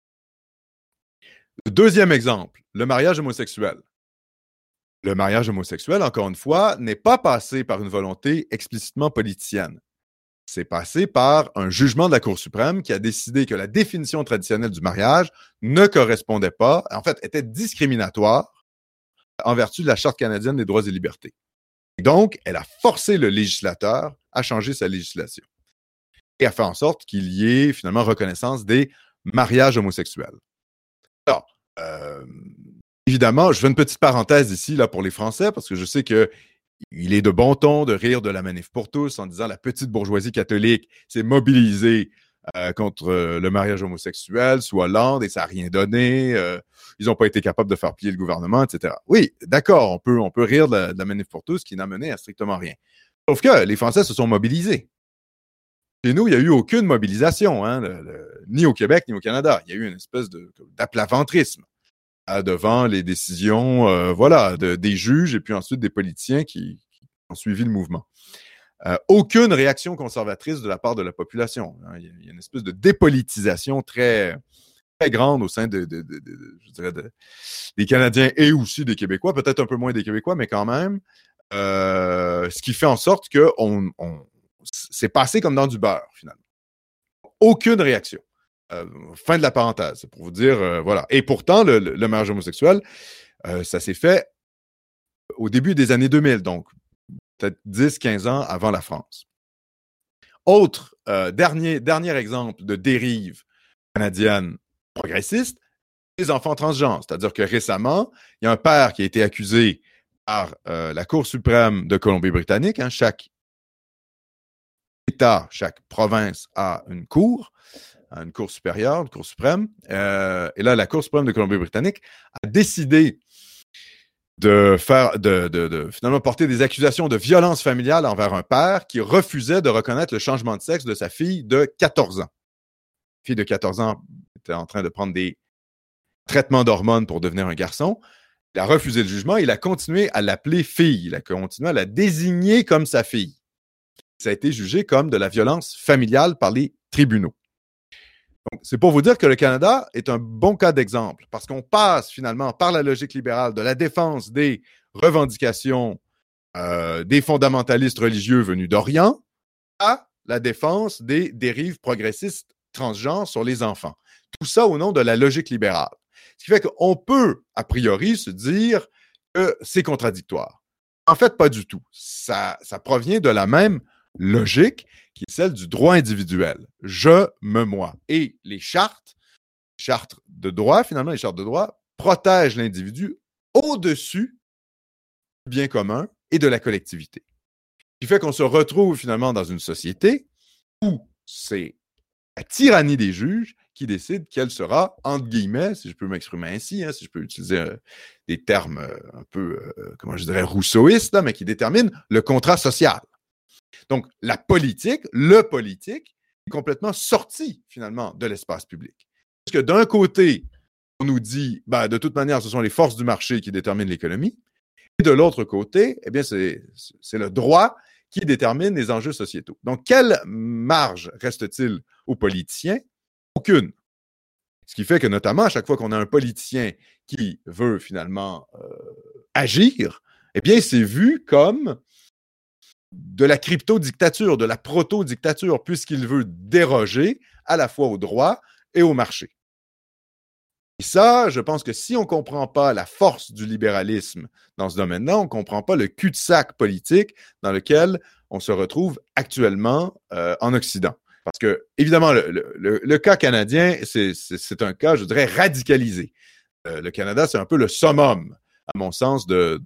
Le deuxième exemple, le mariage homosexuel. Le mariage homosexuel, encore une fois, n'est pas passé par une volonté explicitement politicienne. C'est passé par un jugement de la Cour suprême qui a décidé que la définition traditionnelle du mariage ne correspondait pas, en fait, était discriminatoire en vertu de la Charte canadienne des droits et libertés. Et donc, elle a forcé le législateur à changer sa législation et a fait en sorte qu'il y ait finalement reconnaissance des mariages homosexuels. Alors, évidemment, je fais une petite parenthèse ici là, pour les Français parce que je sais que il est de bon ton de rire de la Manif pour tous en disant la petite bourgeoisie catholique s'est mobilisée contre le mariage homosexuel sous Hollande et ça n'a rien donné. Ils n'ont pas été capables de faire plier le gouvernement, etc. Oui, d'accord, on peut rire de la Manif pour tous qui n'a mené à strictement rien. Sauf que les Français se sont mobilisés. Chez nous, il n'y a eu aucune mobilisation, ni au Québec, ni au Canada. Il y a eu une espèce d'aplaventrisme devant les décisions des juges et puis ensuite des politiciens qui ont suivi le mouvement. Aucune réaction conservatrice de la part de la population. Il y a une espèce de dépolitisation très, très grande au sein je dirais des Canadiens et aussi des Québécois, peut-être un peu moins des Québécois, mais quand même, ce qui fait en sorte que c'est passé comme dans du beurre, finalement. Aucune réaction. Fin de la parenthèse, pour vous dire, voilà. Et pourtant, le mariage homosexuel, ça s'est fait au début des années 2000, donc peut-être 10-15 ans avant la France. Autre, dernier exemple de dérive canadienne progressiste, les enfants transgenres. C'est-à-dire que récemment, il y a un père qui a été accusé par la Cour suprême de Colombie-Britannique. Hein, chaque État, chaque province a une cour supérieure, une cour suprême. Et là, la Cour suprême de Colombie-Britannique a décidé de finalement porter des accusations de violence familiale envers un père qui refusait de reconnaître le changement de sexe de sa fille de 14 ans. La fille de 14 ans était en train de prendre des traitements d'hormones pour devenir un garçon. Il a refusé le jugement, il a continué à l'appeler fille, il a continué à la désigner comme sa fille. Ça a été jugé comme de la violence familiale par les tribunaux. Donc, c'est pour vous dire que le Canada est un bon cas d'exemple, parce qu'on passe finalement par la logique libérale de la défense des revendications des fondamentalistes religieux venus d'Orient à la défense des dérives progressistes transgenres sur les enfants. Tout ça au nom de la logique libérale. Ce qui fait qu'on peut, a priori, se dire que c'est contradictoire. En fait, pas du tout. Ça provient de la même logique qui est celle du droit individuel. Je me moi. Et les chartes de droit, finalement, les chartes de droit protègent l'individu au-dessus du bien commun et de la collectivité. Ce qui fait qu'on se retrouve finalement dans une société où c'est la tyrannie des juges qui décide quel sera, entre guillemets, si je peux m'exprimer ainsi, hein, si je peux utiliser des termes un peu, comment je dirais, rousseauistes, là, mais qui détermine le contrat social. Donc, le politique est complètement sorti, finalement, de l'espace public. Parce que d'un côté, on nous dit, de toute manière, ce sont les forces du marché qui déterminent l'économie. Et de l'autre côté, eh bien, c'est le droit qui détermine les enjeux sociétaux. Donc, quelle marge reste-t-il aux politiciens? Aucune. Ce qui fait que, notamment, à chaque fois qu'on a un politicien qui veut, finalement, agir, eh bien, c'est vu comme de la crypto-dictature, de la proto-dictature, puisqu'il veut déroger à la fois au droit et au marché. Et ça, je pense que si on ne comprend pas la force du libéralisme dans ce domaine-là, on ne comprend pas le cul-de-sac politique dans lequel on se retrouve actuellement en Occident. Parce que, évidemment, le cas canadien, c'est un cas, je dirais, radicalisé. Le Canada, c'est un peu le summum, à mon sens, de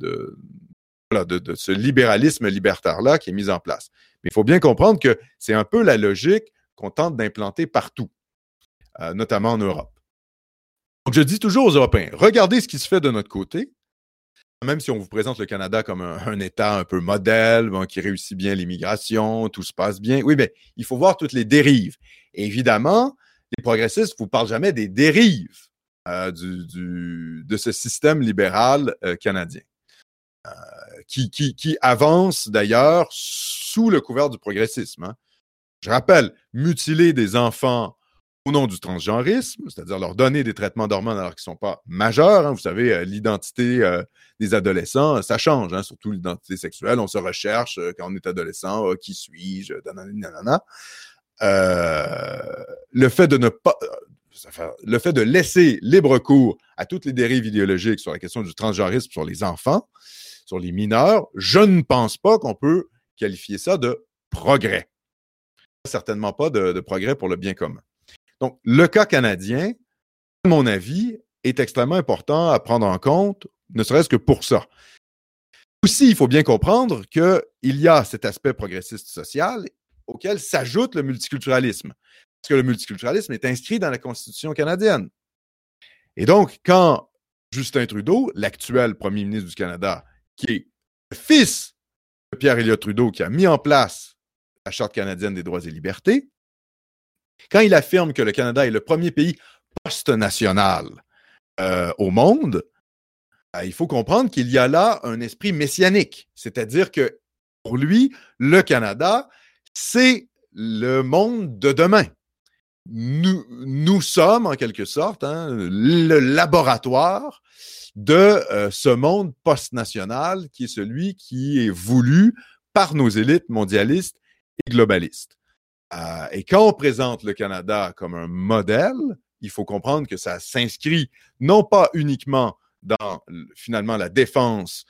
ce libéralisme libertaire-là qui est mis en place. Mais il faut bien comprendre que c'est un peu la logique qu'on tente d'implanter partout, notamment en Europe. Donc, je dis toujours aux Européens, regardez ce qui se fait de notre côté, même si on vous présente le Canada comme un État un peu modèle, qui réussit bien l'immigration, tout se passe bien. Oui, mais il faut voir toutes les dérives. Et évidemment, les progressistes ne vous parlent jamais des dérives de ce système libéral canadien, qui avance d'ailleurs sous le couvert du progressisme. Hein. Je rappelle, mutiler des enfants au nom du transgenrisme, c'est-à-dire leur donner des traitements d'hormones alors qu'ils ne sont pas majeurs. Hein. Vous savez, l'identité des adolescents, ça change, hein, surtout l'identité sexuelle. On se recherche quand on est adolescent, qui suis-je, nanana. Le fait de laisser libre cours à toutes les dérives idéologiques sur la question du transgenrisme sur les enfants, sur les mineurs, je ne pense pas qu'on peut qualifier ça de progrès. Certainement pas de progrès pour le bien commun. Donc, le cas canadien, à mon avis, est extrêmement important à prendre en compte, ne serait-ce que pour ça. Aussi, il faut bien comprendre qu'il y a cet aspect progressiste social auquel s'ajoute le multiculturalisme. Parce que le multiculturalisme est inscrit dans la Constitution canadienne. Et donc, quand Justin Trudeau, l'actuel premier ministre du Canada, qui est le fils de Pierre Elliott Trudeau, qui a mis en place la Charte canadienne des droits et libertés, quand il affirme que le Canada est le premier pays post-national au monde, il faut comprendre qu'il y a là un esprit messianique. C'est-à-dire que pour lui, le Canada, c'est le monde de demain. Nous sommes, en quelque sorte, le laboratoire de ce monde post-national qui est celui qui est voulu par nos élites mondialistes et globalistes. Et quand on présente le Canada comme un modèle, il faut comprendre que ça s'inscrit non pas uniquement dans, finalement, la défense,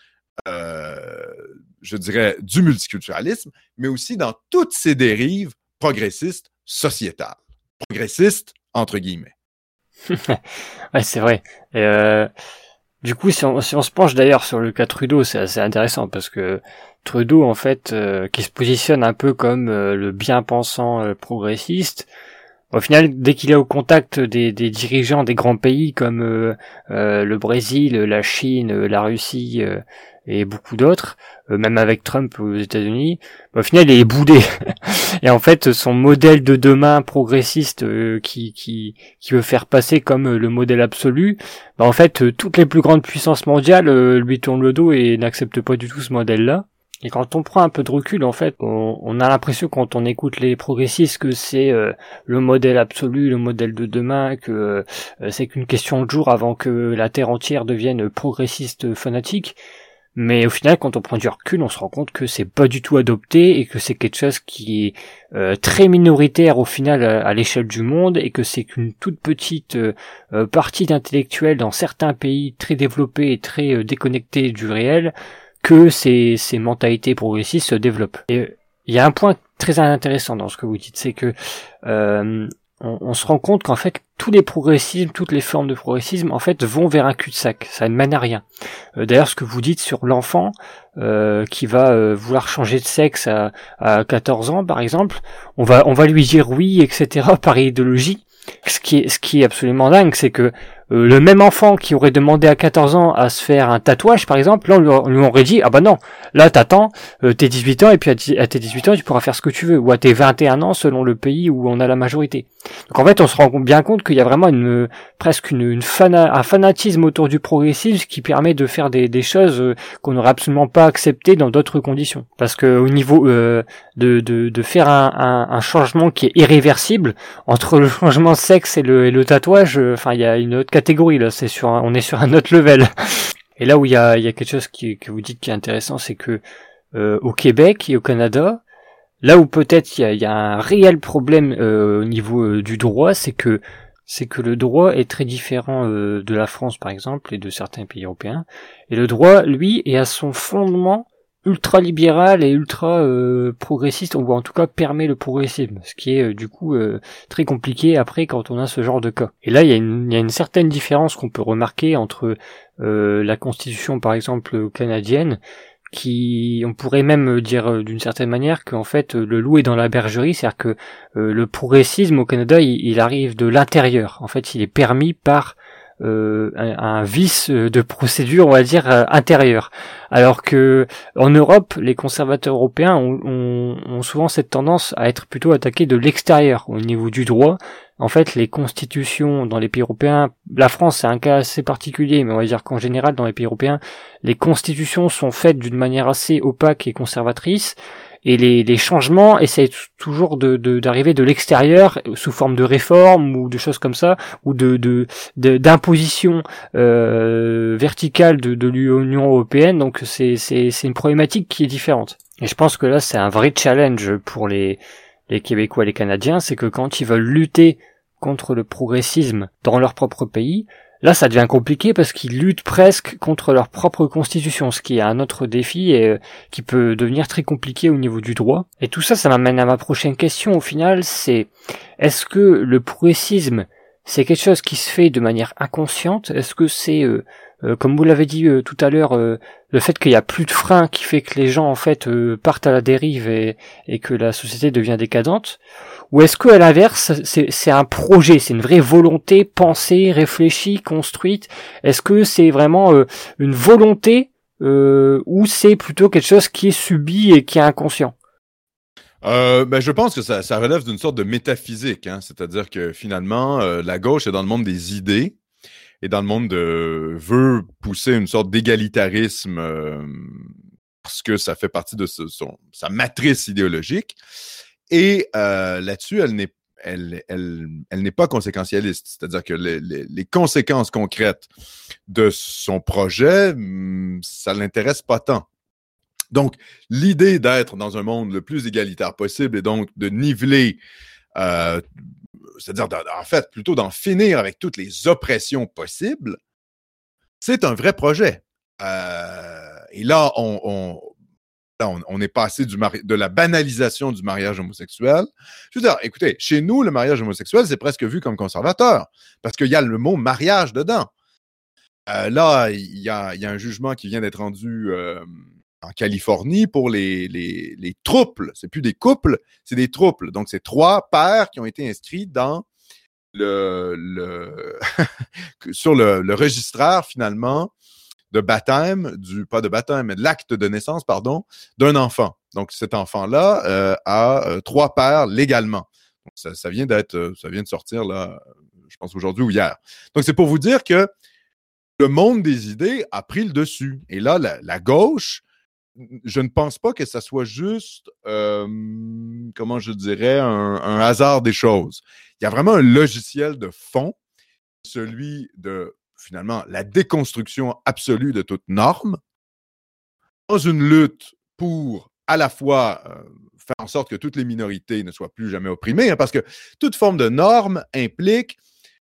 je dirais, du multiculturalisme, mais aussi dans toutes ces dérives progressistes sociétales. Progressistes, entre guillemets. Ouais, c'est vrai. Et du coup, si on se penche d'ailleurs sur le cas Trudeau, c'est assez intéressant parce que Trudeau, en fait, qui se positionne un peu comme le bien-pensant progressiste, au final, dès qu'il est au contact des dirigeants des grands pays comme le Brésil, la Chine, la Russie et beaucoup d'autres, même avec Trump aux États-Unis, au final, il est boudé. Et en fait, son modèle de demain progressiste qui veut faire passer comme le modèle absolu, en fait, toutes les plus grandes puissances mondiales lui tournent le dos et n'acceptent pas du tout ce modèle-là. Et quand on prend un peu de recul, en fait, on a l'impression quand on écoute les progressistes que c'est le modèle absolu, le modèle de demain, que c'est qu'une question de jour avant que la Terre entière devienne progressiste fanatique. Mais au final, quand on prend du recul, on se rend compte que c'est pas du tout adopté et que c'est quelque chose qui est très minoritaire au final à l'échelle du monde et que c'est qu'une toute petite partie d'intellectuels dans certains pays très développés et très déconnectés du réel que ces mentalités progressistes se développent. Et il y a un point très intéressant dans ce que vous dites, c'est que on se rend compte qu'en fait tous les progressismes, toutes les formes de progressisme en fait vont vers un cul-de-sac, ça ne mène à rien. D'ailleurs ce que vous dites sur l'enfant qui va vouloir changer de sexe à 14 ans par exemple, on va lui dire oui, etc. par idéologie. Ce qui est absolument dingue, c'est que le même enfant qui aurait demandé à 14 ans à se faire un tatouage, par exemple, là, on lui aurait dit, ah bah non, là, t'attends, t'es 18 ans, et puis à tes 18 ans, tu pourras faire ce que tu veux, ou à tes 21 ans, selon le pays où on a la majorité. Donc en fait, on se rend bien compte qu'il y a vraiment presque un fanatisme autour du progressisme qui permet de faire des choses qu'on n'aurait absolument pas acceptées dans d'autres conditions. Parce que au niveau de faire un changement qui est irréversible, entre le changement de sexe et le tatouage, il y a une autre catégorie là, on est sur un autre level. Et là où il y a quelque chose que vous dites qui est intéressant, c'est que au Québec et au Canada, là où peut-être il y a un réel problème au niveau du droit, c'est que le droit est très différent de la France par exemple et de certains pays européens. Et le droit, lui, est à son fondement ultra-libéral et ultra progressiste, ou en tout cas permet le progressisme, ce qui est du coup très compliqué après quand on a ce genre de cas. Et là, il y a une certaine différence qu'on peut remarquer entre la constitution par exemple canadienne, qui, on pourrait même dire d'une certaine manière qu'en fait le loup est dans la bergerie, c'est-à-dire que le progressisme au Canada, il arrive de l'intérieur. En fait, il est permis par un vice de procédure, on va dire, intérieur. Alors que en Europe, les conservateurs européens ont souvent cette tendance à être plutôt attaqués de l'extérieur au niveau du droit. En fait, les constitutions dans les pays européens, la France c'est un cas assez particulier, mais on va dire qu'en général dans les pays européens, les constitutions sont faites d'une manière assez opaque et conservatrice. Et les changements essayent toujours d'arriver de l'extérieur sous forme de réformes ou de choses comme ça, ou d'imposition verticale de l'Union européenne. Donc c'est une problématique qui est différente. Et je pense que là c'est un vrai challenge pour les Québécois et les Canadiens, c'est que quand ils veulent lutter contre le progressisme dans leur propre pays, là, ça devient compliqué parce qu'ils luttent presque contre leur propre constitution, ce qui est un autre défi et qui peut devenir très compliqué au niveau du droit. Et tout ça, ça m'amène à ma prochaine question au final, c'est est-ce que le progressisme, c'est quelque chose qui se fait de manière inconsciente? Est-ce que c'est, comme vous l'avez dit tout à l'heure, le fait qu'il n'y a plus de frein qui fait que les gens en fait partent à la dérive et que la société devient décadente? Ou est-ce que à l'inverse, c'est un projet, c'est une vraie volonté pensée, réfléchie, construite? Est-ce que c'est vraiment une volonté ou c'est plutôt quelque chose qui est subi et qui est inconscient? Je pense que ça relève d'une sorte de métaphysique, hein? C'est-à-dire que finalement, la gauche est dans le monde des idées et dans le monde veut pousser une sorte d'égalitarisme parce que ça fait partie de sa matrice idéologique. Et là-dessus, elle n'est pas conséquentialiste. C'est-à-dire que les conséquences concrètes de son projet, ça ne l'intéresse pas tant. Donc, l'idée d'être dans un monde le plus égalitaire possible et donc de niveler, c'est-à-dire en fait plutôt d'en finir avec toutes les oppressions possibles, c'est un vrai projet. Et là, on est passé de la banalisation du mariage homosexuel. Je veux dire, écoutez, chez nous, le mariage homosexuel, c'est presque vu comme conservateur, parce qu'il y a le mot mariage dedans. Là, il y a un jugement qui vient d'être rendu en Californie pour les trouples. C'est plus des couples, c'est des trouples. Donc, c'est 3 pairs qui ont été inscrits dans sur le registraire, finalement, de baptême, pas de baptême, mais de l'acte de naissance, pardon, d'un enfant. Donc, cet enfant-là a 3 pères légalement. Donc, ça vient de sortir, là, je pense aujourd'hui ou hier. Donc, c'est pour vous dire que le monde des idées a pris le dessus. Et là, la gauche, je ne pense pas que ça soit juste, comment je dirais, un hasard des choses. Il y a vraiment un logiciel de fond, celui de, finalement, la déconstruction absolue de toute norme, dans une lutte pour, à la fois, faire en sorte que toutes les minorités ne soient plus jamais opprimées, hein, parce que toute forme de norme implique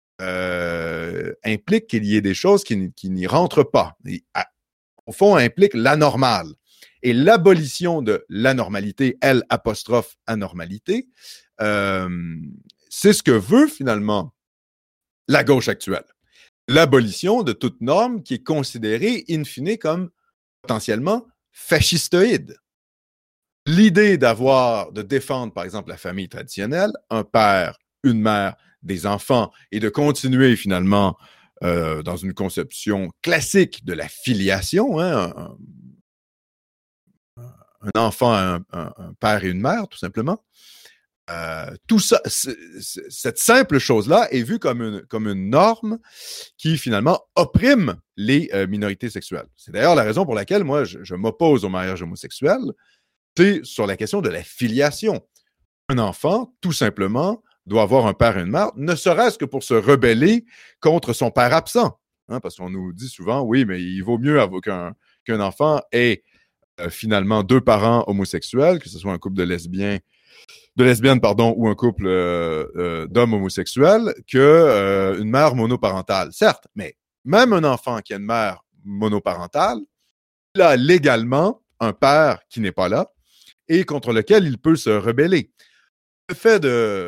qu'il y ait des choses qui n'y rentrent pas. Et, au fond, implique l'anormal. Et l'abolition de l'anormalité, L''anormalité, c'est ce que veut finalement la gauche actuelle. L'abolition de toute norme qui est considérée, in fine, comme potentiellement fascistoïde. L'idée de défendre, par exemple, la famille traditionnelle, un père, une mère, des enfants, et de continuer finalement dans une conception classique de la filiation, hein, un enfant, un père et une mère, tout simplement. Tout ça, cette simple chose-là est vue comme une norme qui, finalement, opprime les minorités sexuelles. C'est d'ailleurs la raison pour laquelle, moi, je m'oppose au mariage homosexuel. C'est sur la question de la filiation. Un enfant, tout simplement, doit avoir un père et une mère, ne serait-ce que pour se rebeller contre son père absent. Hein, parce qu'on nous dit souvent, oui, mais il vaut mieux qu'un enfant ait finalement 2 parents homosexuels, que ce soit un couple de lesbiennes, ou un couple d'hommes homosexuels, qu'une mère monoparentale. Certes, mais même un enfant qui a une mère monoparentale, il a légalement un père qui n'est pas là et contre lequel il peut se rebeller. Le fait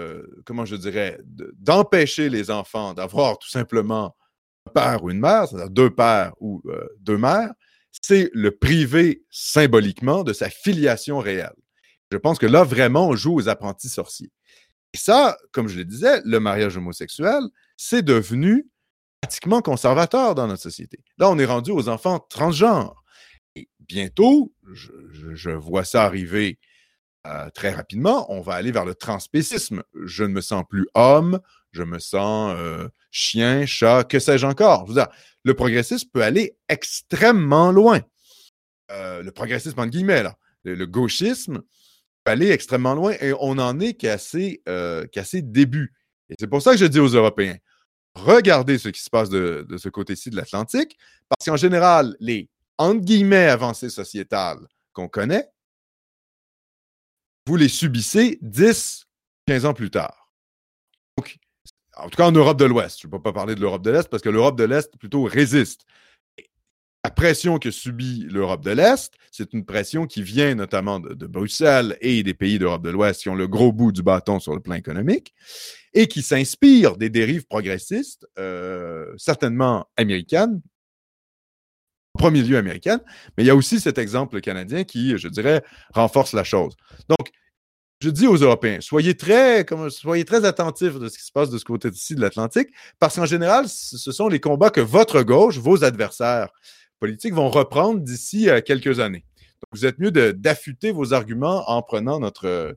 d'empêcher les enfants d'avoir tout simplement un père ou une mère, c'est-à-dire 2 pères ou 2 mères, c'est le priver symboliquement de sa filiation réelle. Je pense que là, vraiment, on joue aux apprentis sorciers. Et ça, comme je le disais, le mariage homosexuel, c'est devenu pratiquement conservateur dans notre société. Là, on est rendu aux enfants transgenres. Et bientôt, je vois ça arriver très rapidement, on va aller vers le transspécisme. Je ne me sens plus homme, je me sens chien, chat, que sais-je encore. Je veux dire, le progressisme peut aller extrêmement loin. Le progressisme, entre guillemets, là, le gauchisme peut aller extrêmement loin et on n'en est qu'à ses débuts. Et c'est pour ça que je dis aux Européens, regardez ce qui se passe de ce côté-ci de l'Atlantique, parce qu'en général, les, entre guillemets, avancées sociétales qu'on connaît, vous les subissez 10, 15 ans plus tard. Donc, en tout cas, en Europe de l'Ouest. Je ne peux pas parler de l'Europe de l'Est parce que l'Europe de l'Est plutôt résiste. La pression que subit l'Europe de l'Est, c'est une pression qui vient notamment de Bruxelles et des pays d'Europe de l'Ouest qui ont le gros bout du bâton sur le plan économique et qui s'inspirent des dérives progressistes, certainement américaines, en premier lieu américaine, mais il y a aussi cet exemple canadien qui, je dirais, renforce la chose. Donc, je dis aux Européens, soyez très attentifs de ce qui se passe de ce côté-ci de l'Atlantique, parce qu'en général, ce sont les combats que votre gauche, vos adversaires politiques, vont reprendre d'ici quelques années. Donc, vous êtes mieux d'affûter vos arguments en prenant notre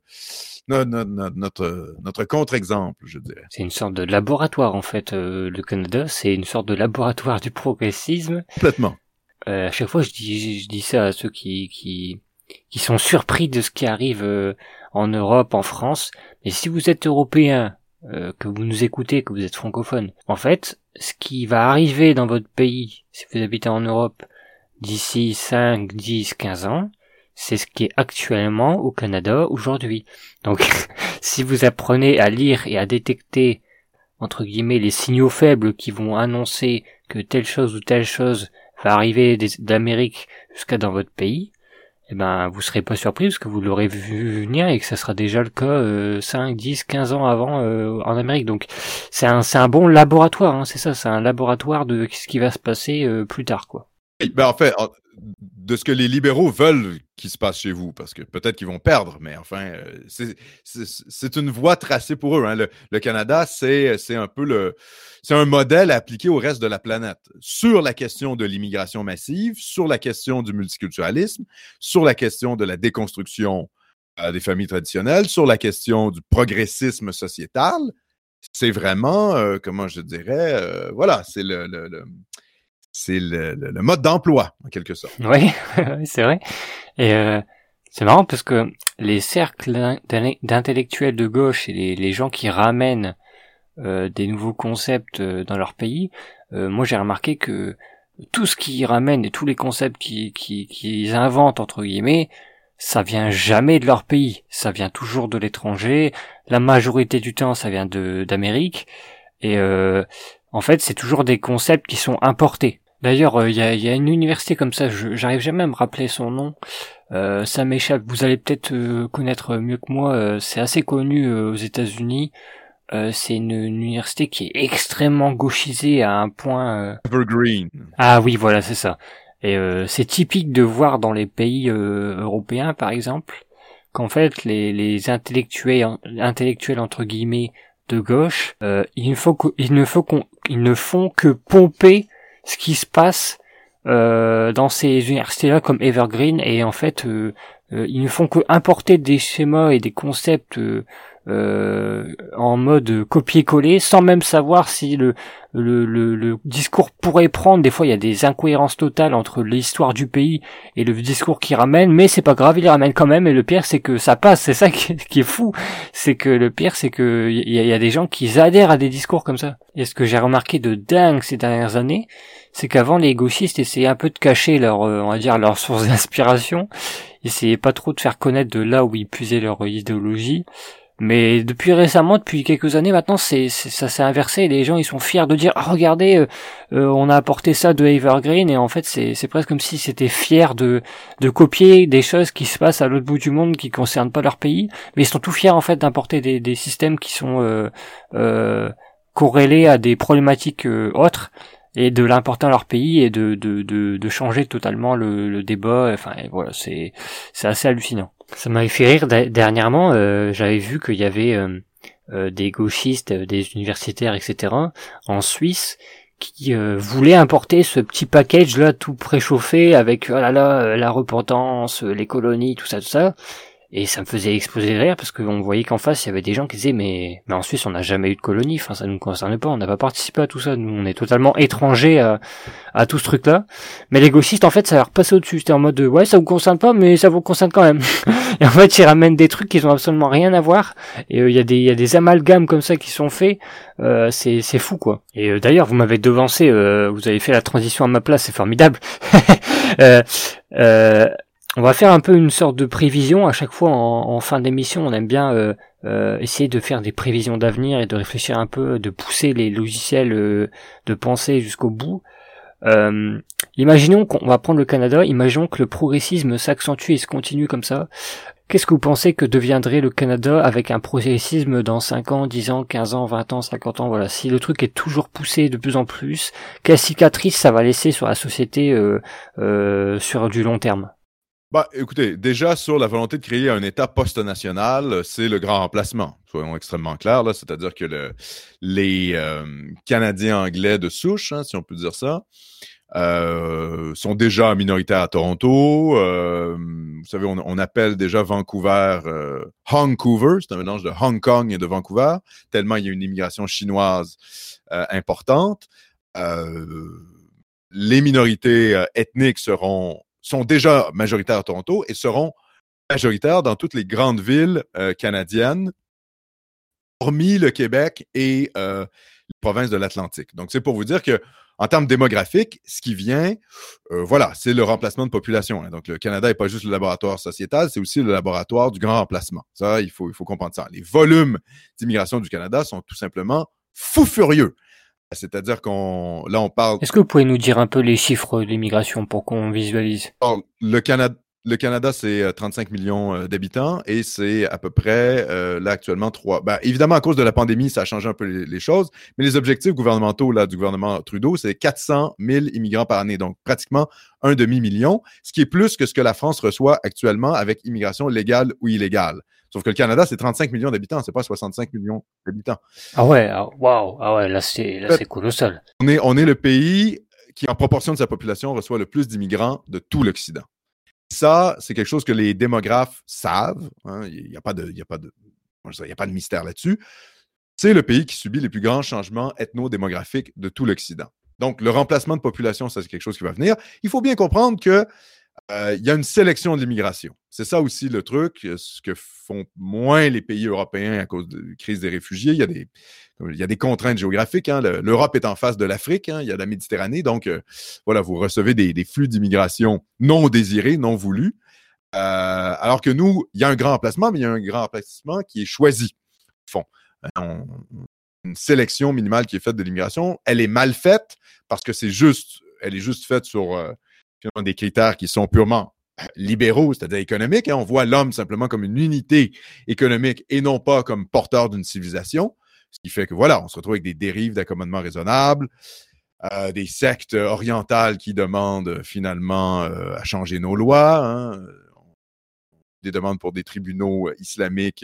contre-exemple, je dirais. C'est une sorte de laboratoire, en fait. Le Canada, c'est une sorte de laboratoire du progressisme. Complètement. À chaque fois, je dis ça à ceux qui sont surpris de ce qui arrive en Europe, en France. Mais si vous êtes européen, que vous nous écoutez, que vous êtes francophone, en fait, ce qui va arriver dans votre pays, si vous habitez en Europe, d'ici 5, 10, 15 ans, c'est ce qui est actuellement au Canada aujourd'hui. Donc, si vous apprenez à lire et à détecter, entre guillemets, les signaux faibles qui vont annoncer que telle chose ou telle chose va arriver d'Amérique jusqu'à dans votre pays, eh ben, vous serez pas surpris parce que vous l'aurez vu venir et que ça sera déjà le cas 5, 10, 15 ans avant en Amérique. Donc, c'est un bon laboratoire, hein, c'est ça, c'est un laboratoire de ce qui va se passer plus tard, quoi. Oui, ben en fait, de ce que les libéraux veulent qu'il se passe chez vous, parce que peut-être qu'ils vont perdre, mais enfin, c'est une voie tracée pour eux. Hein. Le Canada, c'est un peu c'est un modèle appliqué au reste de la planète sur la question de l'immigration massive, sur la question du multiculturalisme, sur la question de la déconstruction des familles traditionnelles, sur la question du progressisme sociétal. C'est vraiment, comment je dirais, voilà, c'est le mode d'emploi, en quelque sorte. Oui, c'est vrai. Et c'est marrant parce que les cercles d'intellectuels de gauche et les gens qui ramènent des nouveaux concepts dans leur pays, moi j'ai remarqué que tout ce qu'ils ramènent et tous les concepts qu'ils inventent, entre guillemets, ça vient jamais de leur pays. Ça vient toujours de l'étranger. La majorité du temps, ça vient d'Amérique. Et en fait, c'est toujours des concepts qui sont importés. D'ailleurs, il y a une université comme ça, j'arrive jamais à me rappeler son nom, ça m'échappe, vous allez peut-être connaître mieux que moi, c'est assez connu aux États-Unis, c'est une université qui est extrêmement gauchisée à un point... Evergreen. Ah oui, voilà, c'est ça. Et c'est typique de voir dans les pays européens, par exemple, qu'en fait, les intellectuels entre guillemets de gauche, ils ne font que pomper ce qui se passe dans ces universités-là comme Evergreen, et en fait ils ne font que importer des schémas et des concepts en mode copier-coller sans même savoir si le discours pourrait prendre. Des fois il y a des incohérences totales entre l'histoire du pays et le discours qu'ils ramènent, mais c'est pas grave, ils les ramènent quand même, et le pire c'est que ça passe. C'est ça qui est fou, c'est que le pire c'est que il y a des gens qui adhèrent à des discours comme ça. Et ce que j'ai remarqué de dingue ces dernières années, c'est qu'avant les gauchistes essayaient un peu de cacher leur on va dire leur source d'inspiration, ils essayaient pas trop de faire connaître de là où ils puisaient leur idéologie. Mais depuis récemment, depuis quelques années maintenant, ça s'est inversé, et les gens ils sont fiers de dire ah, regardez, on a apporté ça de Evergreen, et en fait c'est presque comme si c'était fier de copier des choses qui se passent à l'autre bout du monde qui concernent pas leur pays, mais ils sont tout fiers en fait d'importer des systèmes qui sont corrélés à des problématiques autres, et de l'importer dans leur pays, et de changer totalement le débat. Enfin voilà, c'est assez hallucinant. Ça m'avait fait rire dernièrement, j'avais vu qu'il y avait des gauchistes, des universitaires, etc. en Suisse qui voulaient importer ce petit package là tout préchauffé avec oh là là la repentance, les colonies, tout ça. Et ça me faisait exploser de rire parce qu'on voyait qu'en face il y avait des gens qui disaient mais en Suisse on n'a jamais eu de colonie, enfin ça nous concerne pas, on n'a pas participé à tout ça, nous on est totalement étrangers à tout ce truc là. Mais les gauchistes en fait ça leur passait au-dessus, c'était en mode ouais ça vous concerne pas mais ça vous concerne quand même. Et en fait ils ramènent des trucs qui ont absolument rien à voir, et il y a des amalgames comme ça qui sont faits, c'est fou quoi. Et d'ailleurs vous m'avez devancé, vous avez fait la transition à ma place, c'est formidable. On va faire un peu une sorte de prévision à chaque fois en fin d'émission. On aime bien essayer de faire des prévisions d'avenir et de réfléchir un peu, de pousser les logiciels de pensée jusqu'au bout. Imaginons qu'on va prendre le Canada, imaginons que le progressisme s'accentue et se continue comme ça. Qu'est-ce que vous pensez que deviendrait le Canada avec un progressisme dans 5 ans, 10 ans, 15 ans, 20 ans, 50 ans, voilà. Si le truc est toujours poussé de plus en plus, quelle cicatrice ça va laisser sur la société sur du long terme? Bah, écoutez, déjà sur la volonté de créer un État post-national, c'est le grand remplacement. Soyons extrêmement clairs, là, c'est-à-dire que les Canadiens anglais de souche, hein, si on peut dire ça, sont déjà minoritaires à Toronto. Vous savez, on appelle déjà Vancouver Hongkouver, c'est un mélange de Hong Kong et de Vancouver, tellement il y a une immigration chinoise importante. Les minorités ethniques sont déjà majoritaires à Toronto et seront majoritaires dans toutes les grandes villes canadiennes, hormis le Québec et les provinces de l'Atlantique. Donc, c'est pour vous dire que en termes démographiques, ce qui vient, voilà, c'est le remplacement de population. Hein. Donc, le Canada n'est pas juste le laboratoire sociétal, c'est aussi le laboratoire du grand remplacement. Ça, il faut comprendre ça. Les volumes d'immigration du Canada sont tout simplement fous furieux. C'est-à-dire on parle... Est-ce que vous pouvez nous dire un peu les chiffres d'immigration pour qu'on visualise? Alors, le Canada, c'est 35 millions d'habitants et c'est à peu près, là, actuellement, 3. Ben, évidemment, à cause de la pandémie, ça a changé un peu les choses, mais les objectifs gouvernementaux là, du gouvernement Trudeau, c'est 400 000 immigrants par année, donc pratiquement un demi-million, ce qui est plus que ce que la France reçoit actuellement avec immigration légale ou illégale. Sauf que le Canada, c'est 35 millions d'habitants, c'est pas 65 millions d'habitants. Ah ouais, waouh, ah ouais, là c'est colossal. On est le pays qui, en proportion de sa population, reçoit le plus d'immigrants de tout l'Occident. Ça, c'est quelque chose que les démographes savent. Hein, il n'y a pas de mystère là-dessus. C'est le pays qui subit les plus grands changements ethno-démographiques de tout l'Occident. Donc, le remplacement de population, ça, c'est quelque chose qui va venir. Il faut bien comprendre que il y a une sélection de l'immigration. C'est ça aussi le truc, ce que font moins les pays européens à cause de la crise des réfugiés. Il y a des contraintes géographiques. Hein. L'Europe est en face de l'Afrique. Hein. Il y a la Méditerranée. Donc, voilà, vous recevez des flux d'immigration non désirés, non voulus. Alors que nous, il y a un grand remplacement, mais il y a un grand remplacement qui est choisi. Au fond, une sélection minimale qui est faite de l'immigration, elle est mal faite parce que elle est juste faite sur des critères qui sont purement libéraux, c'est-à-dire économiques. Hein. On voit l'homme simplement comme une unité économique et non pas comme porteur d'une civilisation. Ce qui fait que, voilà, on se retrouve avec des dérives d'accommodement raisonnable, des sectes orientales qui demandent finalement à changer nos lois, hein, des demandes pour des tribunaux islamiques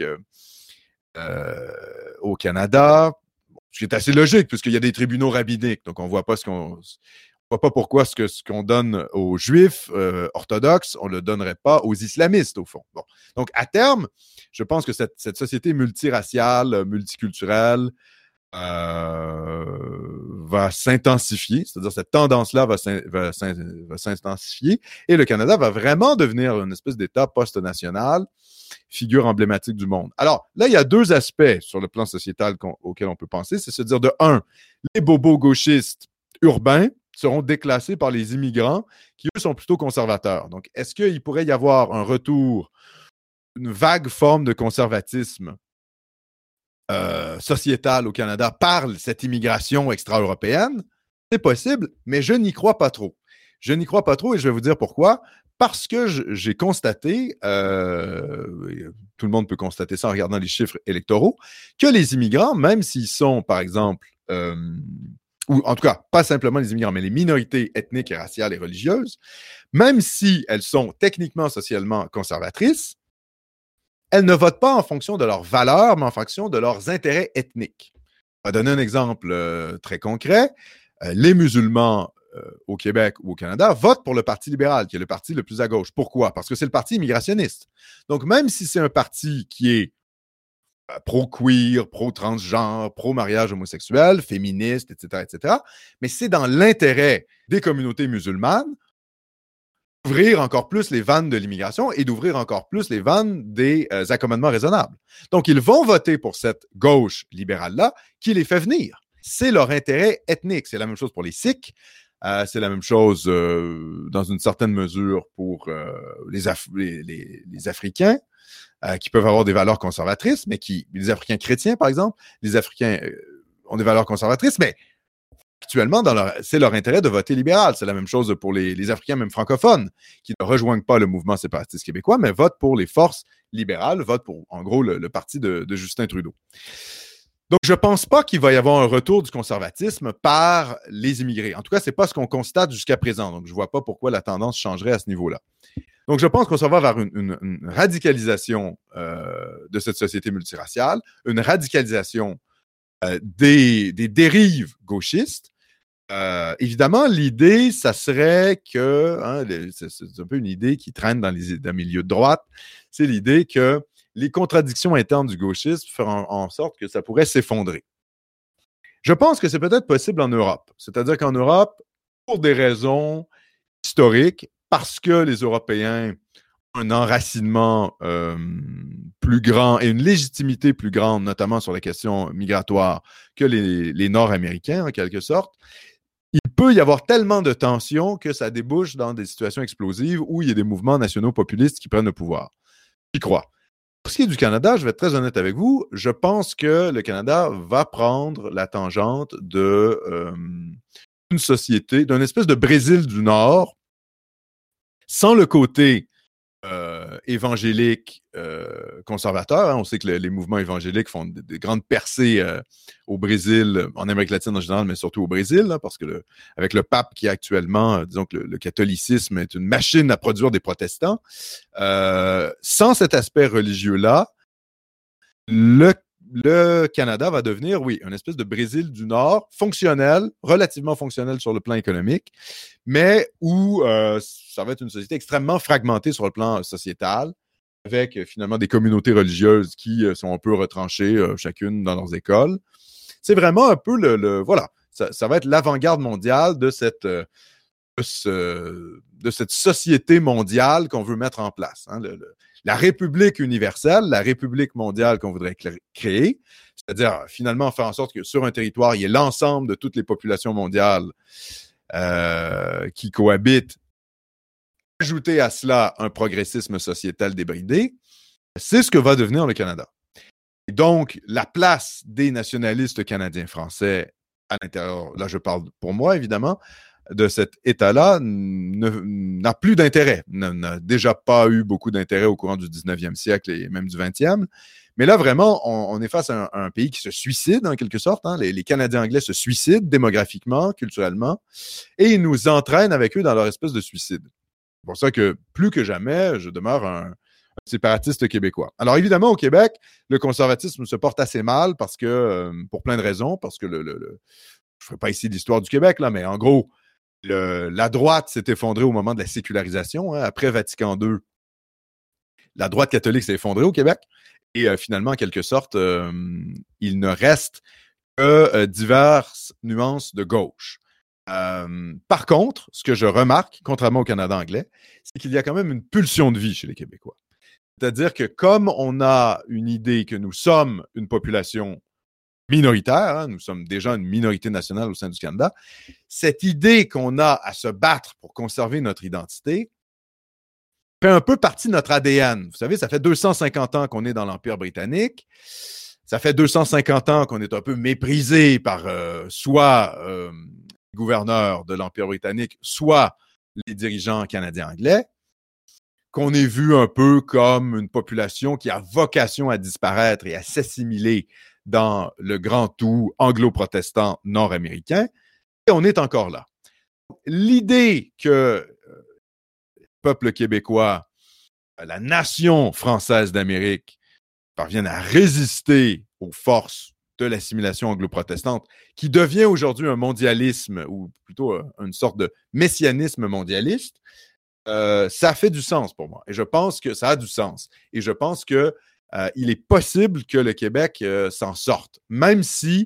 au Canada, ce qui est assez logique puisqu'il y a des tribunaux rabbiniques, donc on ne voit pas pourquoi ce qu'on donne aux Juifs orthodoxes, on ne le donnerait pas aux islamistes, au fond. Bon. Donc, à terme, je pense que cette société multiraciale, multiculturelle, va s'intensifier, c'est-à-dire cette tendance-là va s'intensifier, et le Canada va vraiment devenir une espèce d'État post-national, figure emblématique du monde. Alors, là, il y a deux aspects sur le plan sociétal auxquels on peut penser, c'est se dire de les bobos gauchistes urbains seront déclassés par les immigrants qui, eux, sont plutôt conservateurs. Donc, est-ce qu'il pourrait y avoir un retour, une vague forme de conservatisme sociétal au Canada par cette immigration extra-européenne? C'est possible, mais je n'y crois pas trop. Je n'y crois pas trop et je vais vous dire pourquoi. Parce que j'ai constaté, tout le monde peut constater ça en regardant les chiffres électoraux, que les immigrants, même s'ils sont, par exemple, ou en tout cas, pas simplement les immigrants, mais les minorités ethniques et raciales et religieuses, même si elles sont techniquement, socialement conservatrices, elles ne votent pas en fonction de leurs valeurs, mais en fonction de leurs intérêts ethniques. On va donner un exemple très concret. Les musulmans au Québec ou au Canada votent pour le Parti libéral, qui est le parti le plus à gauche. Pourquoi? Parce que c'est le parti immigrationniste. Donc, même si c'est un parti qui est pro-queer, pro-transgenre, pro-mariage homosexuel, féministe, etc., mais c'est dans l'intérêt des communautés musulmanes d'ouvrir encore plus les vannes de l'immigration et d'ouvrir encore plus les vannes des accommodements raisonnables. Donc, ils vont voter pour cette gauche libérale-là qui les fait venir. C'est leur intérêt ethnique. C'est la même chose pour les Sikhs. C'est la même chose dans une certaine mesure pour les Africains qui peuvent avoir des valeurs conservatrices, mais les Africains chrétiens, par exemple, les Africains ont des valeurs conservatrices, mais actuellement, c'est leur intérêt de voter libéral. C'est la même chose pour les Africains, même francophones, qui ne rejoignent pas le mouvement séparatiste québécois, mais votent pour les forces libérales, votent pour, en gros, le parti de Justin Trudeau. Donc, je ne pense pas qu'il va y avoir un retour du conservatisme par les immigrés. En tout cas, ce n'est pas ce qu'on constate jusqu'à présent. Donc, je ne vois pas pourquoi la tendance changerait à ce niveau-là. Donc, je pense qu'on s'en va vers une radicalisation de cette société multiraciale, une radicalisation des dérives gauchistes. Évidemment, l'idée, ça serait que, c'est un peu une idée qui traîne dans les milieux de droite, c'est l'idée que les contradictions internes du gauchisme feront en sorte que ça pourrait s'effondrer. Je pense que c'est peut-être possible en Europe. C'est-à-dire qu'en Europe, pour des raisons historiques, parce que les Européens ont un enracinement plus grand et une légitimité plus grande, notamment sur la question migratoire, que les Nord-Américains, en quelque sorte, ils peut y avoir tellement de tensions que ça débouche dans des situations explosives où il y a des mouvements nationaux populistes qui prennent le pouvoir. J'y crois. Pour ce qui est du Canada, je vais être très honnête avec vous, je pense que le Canada va prendre la tangente d'une société, d'un espèce de Brésil du Nord, sans le côté évangélique conservateur. Hein. On sait que les mouvements évangéliques font des grandes percées au Brésil, en Amérique latine en général, mais surtout au Brésil, là, parce que avec le pape qui est actuellement, disons que le catholicisme est une machine à produire des protestants. Sans cet aspect religieux-là, le Canada va devenir, oui, une espèce de Brésil du Nord, fonctionnel, relativement fonctionnel sur le plan économique, mais où ça va être une société extrêmement fragmentée sur le plan sociétal, avec finalement des communautés religieuses qui sont un peu retranchées chacune dans leurs écoles. C'est vraiment un peu voilà, ça va être l'avant-garde mondiale de cette société mondiale qu'on veut mettre en place. Hein, la République universelle, la République mondiale qu'on voudrait créer, c'est-à-dire finalement faire en sorte que sur un territoire, il y ait l'ensemble de toutes les populations mondiales qui cohabitent. Ajouter à cela un progressisme sociétal débridé, c'est ce que va devenir le Canada. Et donc, la place des nationalistes canadiens-français à l'intérieur, là je parle pour moi évidemment, de cet État-là n'a plus d'intérêt, n'a déjà pas eu beaucoup d'intérêt au courant du 19e siècle et même du 20e. Mais là, vraiment, on est face à un pays qui se suicide, en quelque sorte. Hein. Les Canadiens anglais se suicident démographiquement, culturellement, et ils nous entraînent avec eux dans leur espèce de suicide. C'est pour ça que, plus que jamais, je demeure un séparatiste québécois. Alors, évidemment, au Québec, le conservatisme se porte assez mal parce que, pour plein de raisons, parce que je ne ferai pas ici l'histoire du Québec, là, mais en gros, la droite s'est effondrée au moment de la sécularisation. Hein. Après Vatican II, la droite catholique s'est effondrée au Québec. Et finalement, en quelque sorte, il ne reste que diverses nuances de gauche. Par contre, ce que je remarque, contrairement au Canada anglais, c'est qu'il y a quand même une pulsion de vie chez les Québécois. C'est-à-dire que comme on a une idée que nous sommes une population minoritaire, hein, nous sommes déjà une minorité nationale au sein du Canada, cette idée qu'on a à se battre pour conserver notre identité fait un peu partie de notre ADN. Vous savez, ça fait 250 ans qu'on est dans l'Empire britannique. Ça fait 250 ans qu'on est un peu méprisé par soit les gouverneurs de l'Empire britannique, soit les dirigeants canadiens-anglais, qu'on est vu un peu comme une population qui a vocation à disparaître et à s'assimiler dans le grand tout anglo-protestant nord-américain, et on est encore là. L'idée que le peuple québécois, la nation française d'Amérique, parvienne à résister aux forces de l'assimilation anglo-protestante, qui devient aujourd'hui un mondialisme, ou plutôt une sorte de messianisme mondialiste, ça fait du sens pour moi. Et je pense que ça a du sens. Et je pense que il est possible que le Québec s'en sorte, même si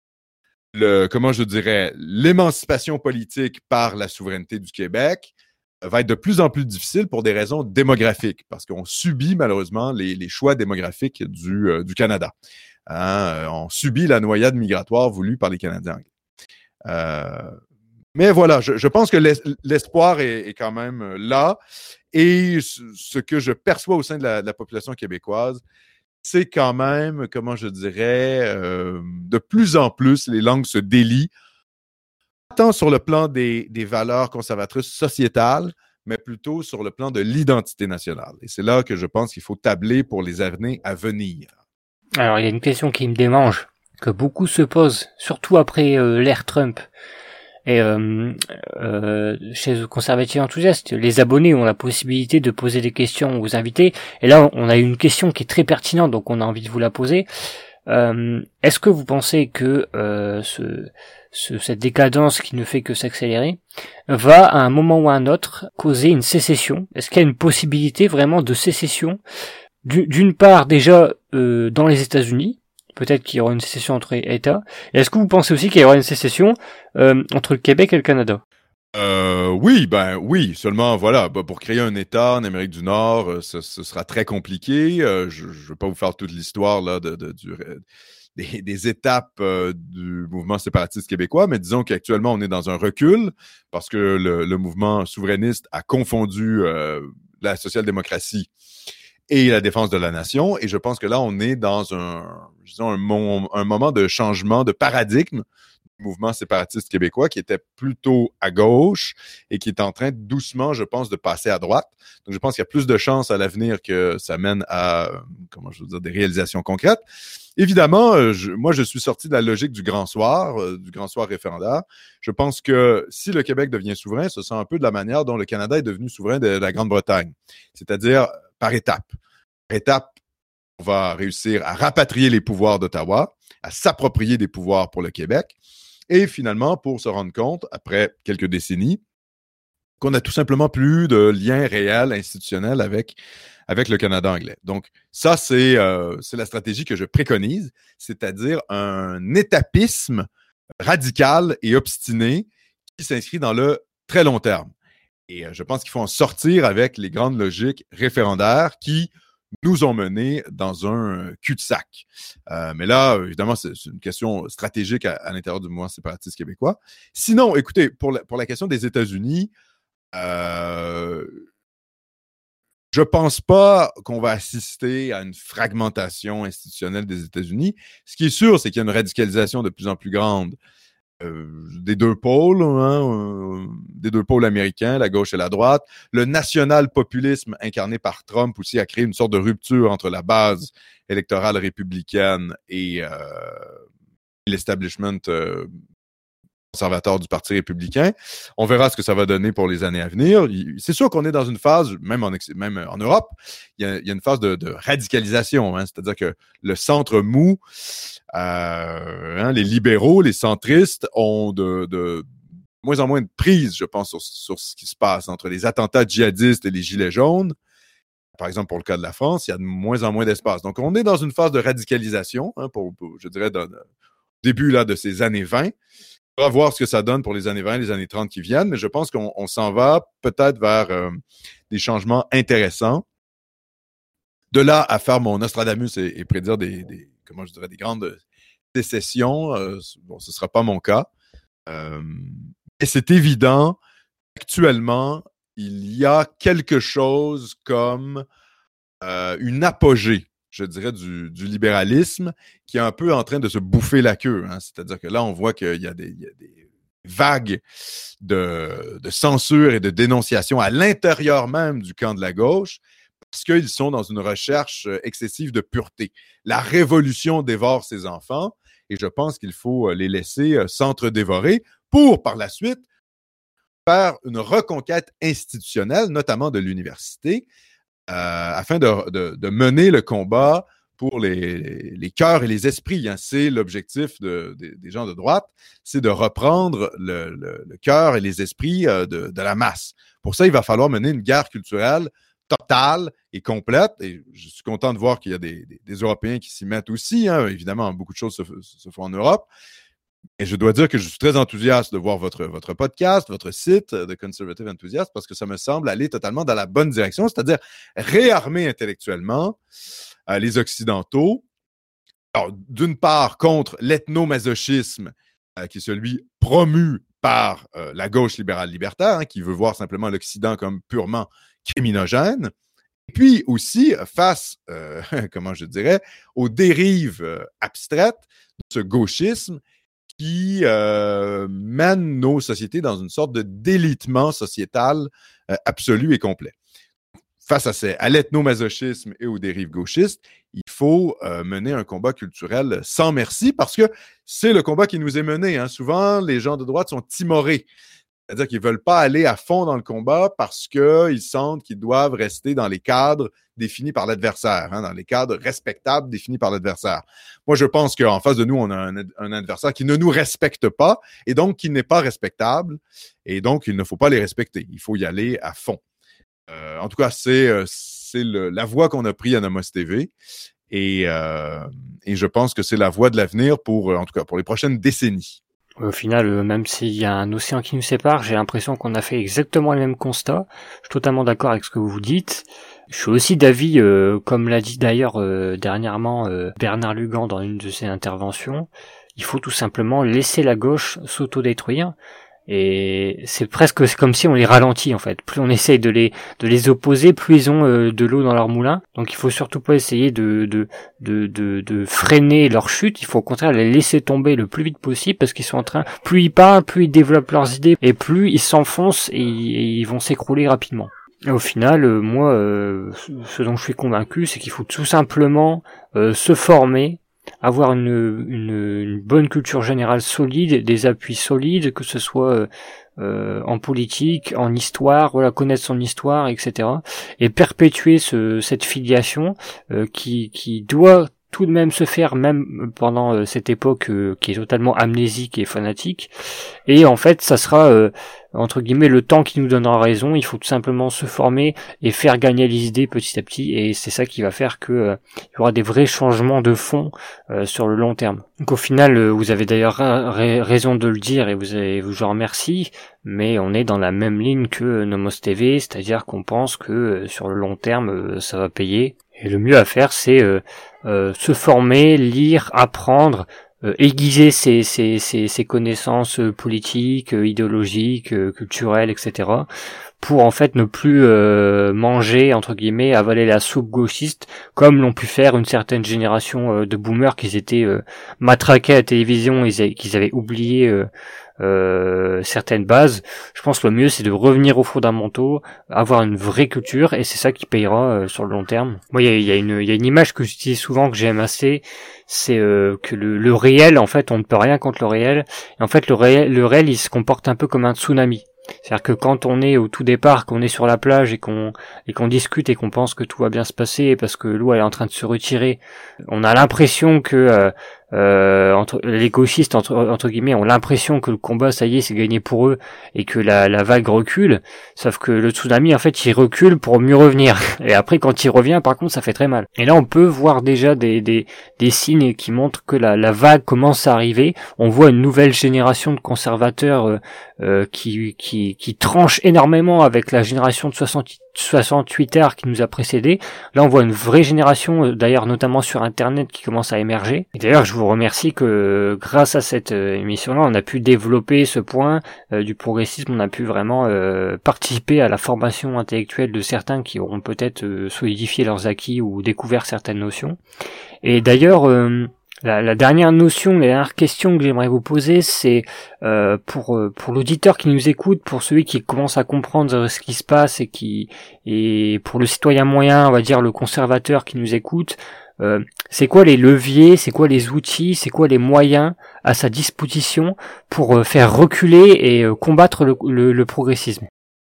l'émancipation politique par la souveraineté du Québec va être de plus en plus difficile pour des raisons démographiques, parce qu'on subit malheureusement les choix démographiques du Canada. Hein? On subit la noyade migratoire voulue par les Canadiens anglais. Mais voilà, je pense que l'espoir est quand même là. Et ce que je perçois au sein de la population québécoise, c'est quand même, comment je dirais, de plus en plus, les langues se délient, pas tant sur le plan des valeurs conservatrices sociétales, mais plutôt sur le plan de l'identité nationale. Et c'est là que je pense qu'il faut tabler pour les années à venir. Alors, il y a une question qui me démange, que beaucoup se posent, surtout après l'ère Trump. Et chez le conservatif enthousiaste, les abonnés ont la possibilité de poser des questions aux invités. Et là, on a une question qui est très pertinente, donc on a envie de vous la poser. Est-ce que vous pensez que cette décadence qui ne fait que s'accélérer va, à un moment ou à un autre, causer une sécession? Est-ce qu'il y a une possibilité vraiment de sécession, d'une part déjà dans les États-Unis? Peut-être qu'il y aura une sécession entre États. Et est-ce que vous pensez aussi qu'il y aura une sécession entre le Québec et le Canada? Oui, seulement voilà, pour créer un État en Amérique du Nord, ce sera très compliqué. Je ne vais pas vous faire toute l'histoire là des étapes du mouvement séparatiste québécois, mais disons qu'actuellement on est dans un recul parce que le mouvement souverainiste a confondu la social-démocratie et la défense de la nation, et je pense que là on est dans un moment de changement de paradigme, mouvement séparatiste québécois qui était plutôt à gauche et qui est en train doucement, je pense, de passer à droite. Donc, je pense qu'il y a plus de chances à l'avenir que ça mène à, des réalisations concrètes. Évidemment, moi, je suis sorti de la logique du grand soir référendaire. Je pense que si le Québec devient souverain, ce sera un peu de la manière dont le Canada est devenu souverain de la Grande-Bretagne, c'est-à-dire par étapes. Par étapes, on va réussir à rapatrier les pouvoirs d'Ottawa, à s'approprier des pouvoirs pour le Québec, et finalement, pour se rendre compte, après quelques décennies, qu'on n'a tout simplement plus de lien réel institutionnel avec le Canada anglais. Donc, ça, c'est la stratégie que je préconise, c'est-à-dire un étapisme radical et obstiné qui s'inscrit dans le très long terme. Et je pense qu'il faut en sortir avec les grandes logiques référendaires qui nous ont menés dans un cul-de-sac. Mais là, évidemment, c'est une question stratégique à l'intérieur du mouvement séparatiste québécois. Sinon, écoutez, pour la question des États-Unis, je pense pas qu'on va assister à une fragmentation institutionnelle des États-Unis. Ce qui est sûr, c'est qu'il y a une radicalisation de plus en plus grande des deux pôles, des deux pôles américains, la gauche et la droite. Le national-populisme incarné par Trump aussi a créé une sorte de rupture entre la base électorale républicaine et l'establishment conservateur du Parti républicain. On verra ce que ça va donner pour les années à venir. C'est sûr qu'on est dans une phase, même en Europe, il y a une phase de radicalisation, c'est-à-dire que le centre mou, les libéraux, les centristes ont de moins en moins de prise, je pense, sur ce qui se passe entre les attentats djihadistes et les gilets jaunes. Par exemple, pour le cas de la France, il y a de moins en moins d'espace. Donc, on est dans une phase de radicalisation, je dirais, au début là, de ces années 20. On va voir ce que ça donne pour les années 20, les années 30 qui viennent, mais je pense qu'on s'en va peut-être vers des changements intéressants. De là à faire mon Nostradamus et prédire des grandes sécessions, ce ne sera pas mon cas. Et c'est évident, actuellement, il y a quelque chose comme une apogée, je dirais, du libéralisme qui est un peu en train de se bouffer la queue. C'est-à-dire que là, on voit qu'il y a des vagues de censure et de dénonciation à l'intérieur même du camp de la gauche parce qu'ils sont dans une recherche excessive de pureté. La révolution dévore ses enfants et je pense qu'il faut les laisser s'entre-dévorer pour, par la suite, faire une reconquête institutionnelle, notamment de l'université, afin de mener le combat pour les cœurs et les esprits. C'est l'objectif des gens de droite, c'est de reprendre le cœur et les esprits de la masse. Pour ça, il va falloir mener une guerre culturelle totale et complète. Et je suis content de voir qu'il y a des Européens qui s'y mettent aussi. Évidemment, beaucoup de choses se font en Europe. Et je dois dire que je suis très enthousiaste de voir votre podcast, votre site de Conservative Enthusiast, parce que ça me semble aller totalement dans la bonne direction, c'est-à-dire réarmer intellectuellement les Occidentaux. Alors, d'une part, contre l'ethnomasochisme, qui est celui promu par la gauche libérale libertaire, qui veut voir simplement l'Occident comme purement criminogène. Et puis aussi, face, aux dérives abstraites de ce gauchisme qui mène nos sociétés dans une sorte de délitement sociétal absolu et complet. Face à l'ethnomasochisme et aux dérives gauchistes, il faut mener un combat culturel sans merci parce que c'est le combat qui nous est mené. Souvent, les gens de droite sont timorés. C'est-à-dire qu'ils ne veulent pas aller à fond dans le combat parce qu'ils sentent qu'ils doivent rester dans les cadres définis par l'adversaire, dans les cadres respectables définis par l'adversaire. Moi, je pense qu'en face de nous, on a un adversaire qui ne nous respecte pas et donc qui n'est pas respectable. Et donc, il ne faut pas les respecter. Il faut y aller à fond. En tout cas, c'est la voie qu'on a prise à Nomos TV. Et je pense que c'est la voie de l'avenir en tout cas, pour les prochaines décennies. Au final, même s'il y a un océan qui nous sépare, j'ai l'impression qu'on a fait exactement le même constat. Je suis totalement d'accord avec ce que vous dites. Je suis aussi d'avis, comme l'a dit d'ailleurs dernièrement Bernard Lugan dans une de ses interventions, il faut tout simplement laisser la gauche s'autodétruire. Et c'est comme si on les ralentit en fait. Plus on essaye de les opposer, plus ils ont de l'eau dans leur moulin. Donc il faut surtout pas essayer de freiner leur chute. Il faut au contraire les laisser tomber le plus vite possible parce qu'ils sont en train. Plus ils parlent, plus ils développent leurs idées et plus ils s'enfoncent et ils vont s'écrouler rapidement. Et au final, moi, ce dont je suis convaincu, c'est qu'il faut tout simplement se former, avoir une bonne culture générale solide, des appuis solides, que ce soit en politique, en histoire, voilà, connaître son histoire, etc. Et perpétuer cette filiation qui doit tout de même se faire même pendant cette époque qui est totalement amnésique et fanatique. Et en fait, ça sera entre guillemets le temps qui nous donnera raison. Il faut tout simplement se former et faire gagner les idées petit à petit, et c'est ça qui va faire que il y aura des vrais changements de fond sur le long terme. Donc au final, vous avez d'ailleurs raison de le dire, et je vous remercie, mais on est dans la même ligne que Nomos TV, c'est-à-dire qu'on pense que sur le long terme ça va payer, et le mieux à faire c'est se former, lire, apprendre, aiguiser ses connaissances politiques, idéologiques, culturelles, etc. pour en fait ne plus manger, entre guillemets, avaler la soupe gauchiste comme l'ont pu faire une certaine génération de boomers qui étaient matraqués à la télévision, qu'ils avaient oublié certaines bases. Je pense que le mieux c'est de revenir aux fondamentaux, avoir une vraie culture, et c'est ça qui payera sur le long terme. Moi il y a une image que j'utilise souvent, que j'aime assez, c'est que le réel, en fait on ne peut rien contre le réel, et en fait le réel il se comporte un peu comme un tsunami. C'est-à-dire que quand on est au tout départ, qu'on est sur la plage et qu'on discute et qu'on pense que tout va bien se passer parce que l'eau elle est en train de se retirer, on a l'impression que les gauchistes entre guillemets ont l'impression que le combat ça y est c'est gagné pour eux et que la vague recule, sauf que le tsunami en fait il recule pour mieux revenir, et après quand il revient par contre ça fait très mal. Et là on peut voir déjà des signes qui montrent que la vague commence à arriver. On voit une nouvelle génération de conservateurs qui tranche énormément avec la génération de 68ers qui nous a précédés. Là on voit une vraie génération, d'ailleurs notamment sur internet, qui commence à émerger. Et d'ailleurs je vous remercie que grâce à cette émission-là on a pu développer ce point du progressisme, on a pu vraiment participer à la formation intellectuelle de certains qui auront peut-être solidifié leurs acquis ou découvert certaines notions. Et d'ailleurs la dernière question que j'aimerais vous poser, c'est pour l'auditeur qui nous écoute, pour celui qui commence à comprendre ce qui se passe et pour le citoyen moyen, on va dire le conservateur qui nous écoute, c'est quoi les leviers, c'est quoi les outils, c'est quoi les moyens à sa disposition pour faire reculer et combattre le progressisme?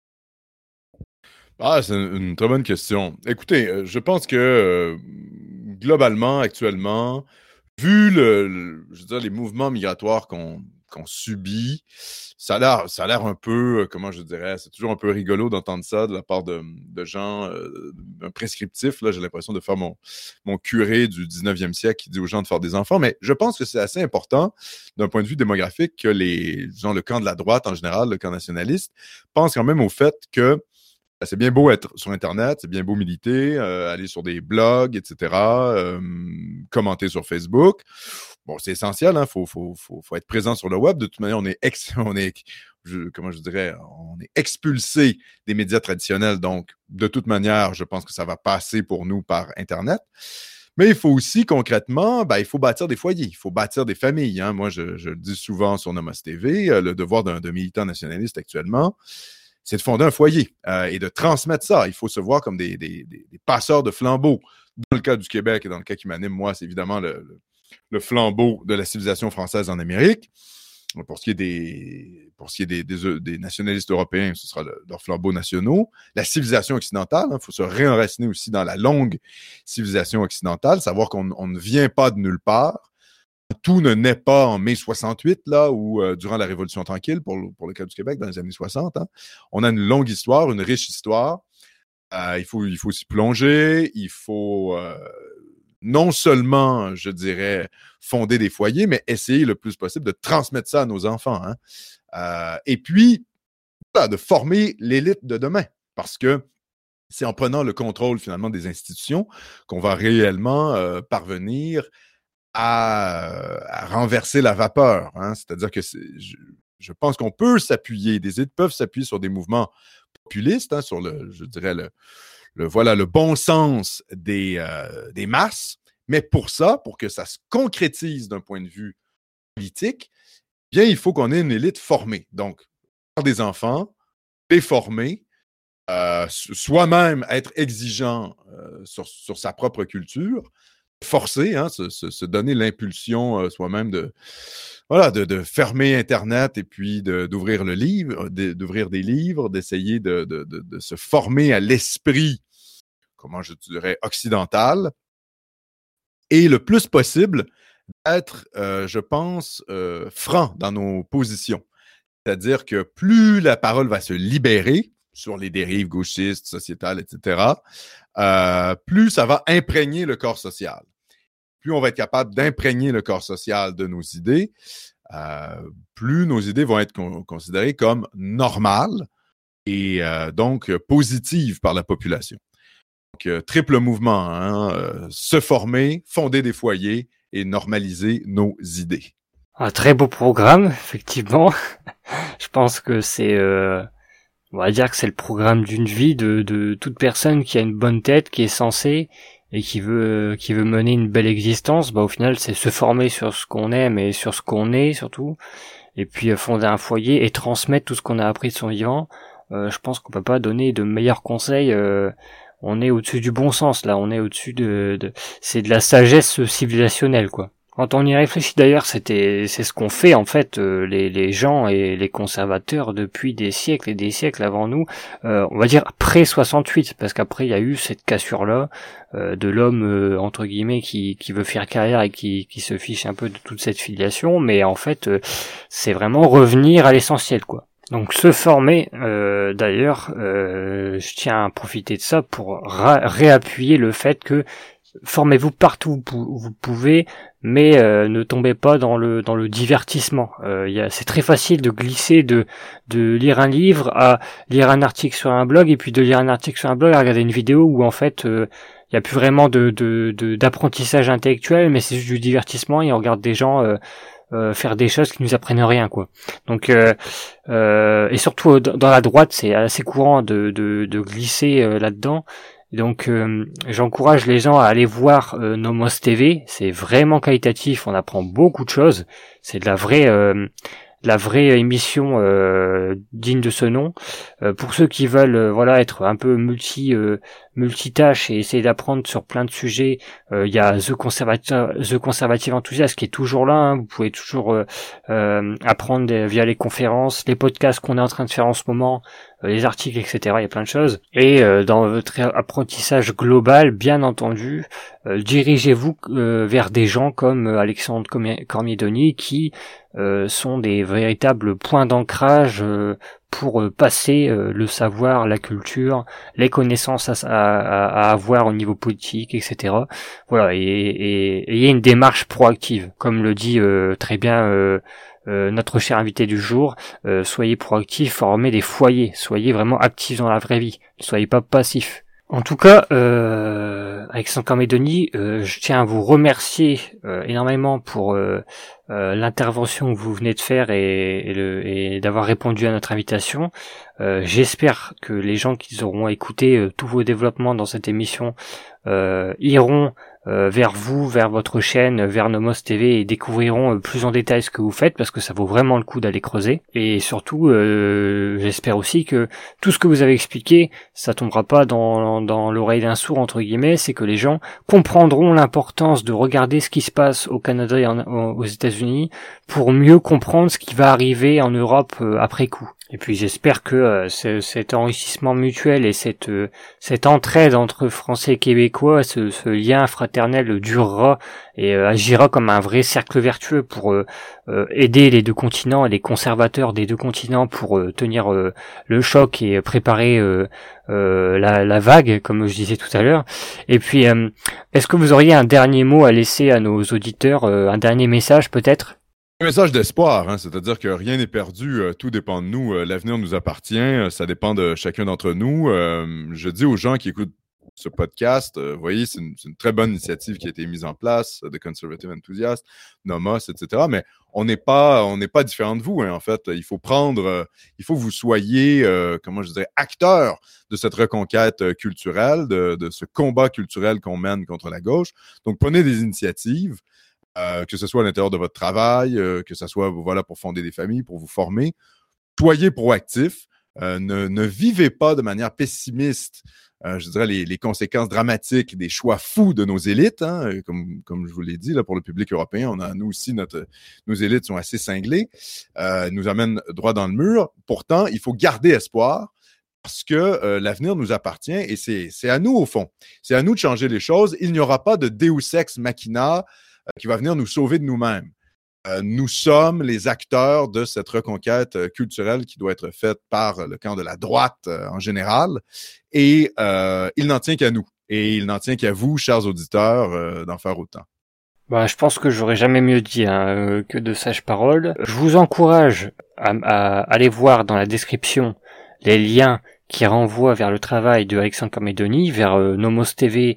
Ah, c'est une très bonne question. Écoutez, je pense que globalement, actuellement, vu je veux dire, les mouvements migratoires qu'on subit, ça a l'air un peu, comment je dirais, c'est toujours un peu rigolo d'entendre ça de la part de gens d'un prescriptif. Là, j'ai l'impression de faire mon curé du 19e siècle qui dit aux gens de faire des enfants, mais je pense que c'est assez important d'un point de vue démographique que disons, le camp de la droite en général, le camp nationaliste, pense quand même au fait que c'est bien beau être sur Internet, c'est bien beau militer, aller sur des blogs, etc., commenter sur Facebook. Bon, c'est essentiel, hein, faut être présent sur le web. De toute manière, on est expulsé des médias traditionnels. Donc, de toute manière, je pense que ça va passer pour nous par Internet. Mais il faut aussi, concrètement, il faut bâtir des foyers, il faut bâtir des familles. Hein. Moi, je le dis souvent sur Nomos TV, le devoir d'un militant nationaliste actuellement, c'est de fonder un foyer et de transmettre ça. Il faut se voir comme des passeurs de flambeaux. Dans le cas du Québec et dans le cas qui m'anime, moi, c'est évidemment le flambeau de la civilisation française en Amérique. Pour ce qui est des nationalistes européens, ce sera leurs flambeaux nationaux. La civilisation occidentale, il faut se réenraciner aussi dans la longue civilisation occidentale, savoir qu'on ne vient pas de nulle part. Tout ne naît pas en mai 68, là, ou durant la Révolution tranquille, pour le cas du Québec, dans les années 60. Hein. On a une longue histoire, une riche histoire. Il faut s'y plonger, il faut non seulement, je dirais, fonder des foyers, mais essayer le plus possible de transmettre ça à nos enfants. Hein. Et puis, voilà, de former l'élite de demain. Parce que c'est en prenant le contrôle, finalement, des institutions qu'on va réellement parvenir à renverser la vapeur. Hein. C'est-à-dire que je pense qu'on peut s'appuyer, des élites peuvent s'appuyer sur des mouvements populistes, hein, sur je dirais, le bon sens des masses, mais pour que ça se concrétise d'un point de vue politique, bien, il faut qu'on ait une élite formée. Donc, par des enfants, les former, soi-même être exigeant sur sa propre culture, forcer, hein, se donner l'impulsion soi-même de fermer Internet et puis d'ouvrir le livre, d'ouvrir des livres, d'essayer de se former à l'esprit, comment je dirais, occidental, et le plus possible d'être, je pense, franc dans nos positions. C'est-à-dire que plus la parole va se libérer sur les dérives gauchistes, sociétales, etc., plus ça va imprégner le corps social. Plus on va être capable d'imprégner le corps social de nos idées, plus nos idées vont être considérées comme normales et donc positives par la population. Donc, triple mouvement, hein, se former, fonder des foyers et normaliser nos idées. Un très beau programme, effectivement. Je pense que c'est... on va dire que c'est le programme d'une vie de toute personne qui a une bonne tête, qui est sensée et qui veut mener une belle existence. Bah au final c'est se former sur ce qu'on aime et sur ce qu'on est surtout, et puis fonder un foyer et transmettre tout ce qu'on a appris de son vivant. Je pense qu'on peut pas donner de meilleurs conseils. On est au-dessus du bon sens là, on est au-dessus c'est de la sagesse civilisationnelle quoi. Quand on y réfléchit d'ailleurs, c'est ce qu'ont fait en fait les gens et les conservateurs depuis des siècles et des siècles avant nous, on va dire après 68, parce qu'après il y a eu cette cassure-là de l'homme entre guillemets qui veut faire carrière et qui se fiche un peu de toute cette filiation, mais en fait c'est vraiment revenir à l'essentiel quoi. Donc se former, d'ailleurs, je tiens à profiter de ça pour réappuyer le fait que formez-vous partout où vous pouvez, mais ne tombez pas dans le divertissement. C'est très facile de glisser de lire un livre à lire un article sur un blog, et puis de lire un article sur un blog à regarder une vidéo où en fait il y a plus vraiment d'apprentissage intellectuel, mais c'est juste du divertissement et on regarde des gens faire des choses qui nous apprennent rien quoi. Donc et surtout dans la droite c'est assez courant de glisser là-dedans. Donc j'encourage les gens à aller voir Nomos TV, c'est vraiment qualitatif, on apprend beaucoup de choses, c'est de la vraie émission digne de ce nom. Pour ceux qui veulent être un peu multitâche et essayer d'apprendre sur plein de sujets, il y a The Conservative Enthusiast qui est toujours là, hein. Vous pouvez toujours apprendre via les conférences, les podcasts qu'on est en train de faire en ce moment, les articles, etc. Il y a plein de choses. Et dans votre apprentissage global, bien entendu, dirigez-vous vers des gens comme Alexandre Cormier-Denis qui sont des véritables points d'ancrage pour passer le savoir, la culture, les connaissances à avoir au niveau politique, etc. Voilà, et il y a une démarche proactive, comme le dit très bien notre cher invité du jour. Soyez proactifs, formez des foyers, soyez vraiment actifs dans la vraie vie, ne soyez pas passifs. En tout cas, Alexandre Cormier-Denis, je tiens à vous remercier énormément pour l'intervention que vous venez de faire et d'avoir répondu à notre invitation. J'espère que les gens qui auront écouté tous vos développements dans cette émission iront vers vous, vers votre chaîne, vers Nomos TV et découvriront plus en détail ce que vous faites, parce que ça vaut vraiment le coup d'aller creuser. Et surtout, j'espère aussi que tout ce que vous avez expliqué, ça tombera pas dans l'oreille d'un sourd entre guillemets, c'est que les gens comprendront l'importance de regarder ce qui se passe au Canada et aux États-Unis pour mieux comprendre ce qui va arriver en Europe après coup. Et puis j'espère que cet enrichissement mutuel et cette entraide entre Français et Québécois, ce lien fraternel durera et agira comme un vrai cercle vertueux pour aider les deux continents et les conservateurs des deux continents pour tenir le choc et préparer la vague, comme je disais tout à l'heure. Et puis, est-ce que vous auriez un dernier mot à laisser à nos auditeurs, un dernier message peut-être? Un message d'espoir, hein, c'est-à-dire que rien n'est perdu, tout dépend de nous, l'avenir nous appartient, ça dépend de chacun d'entre nous. Je dis aux gens qui écoutent ce podcast, vous voyez, c'est une très bonne initiative qui a été mise en place, The Conservative Enthusiast, Nomos, etc. Mais on n'est pas différent de vous, hein, en fait. Il faut il faut que vous soyez, comment je dirais, acteurs de cette reconquête culturelle, de ce combat culturel qu'on mène contre la gauche. Donc, prenez des initiatives. Que ce soit à l'intérieur de votre travail, que ce soit pour fonder des familles, pour vous former. Soyez proactifs. Ne vivez pas de manière pessimiste, je dirais, les conséquences dramatiques des choix fous de nos élites. Hein, comme je vous l'ai dit, là, pour le public européen, nous aussi, nos élites sont assez cinglées, nous amènent droit dans le mur. Pourtant, il faut garder espoir. Parce que l'avenir nous appartient et c'est à nous, au fond. C'est à nous de changer les choses. Il n'y aura pas de Deus ex machina qui va venir nous sauver de nous-mêmes. Nous sommes les acteurs de cette reconquête culturelle qui doit être faite par le camp de la droite en général. Et il n'en tient qu'à nous. Et il n'en tient qu'à vous, chers auditeurs, d'en faire autant. Bah, je pense que j'aurais jamais mieux dit que de sages paroles. Je vous encourage à aller voir dans la description les liens qui renvoient vers le travail de Alexandre Camédoni, vers Nomos TV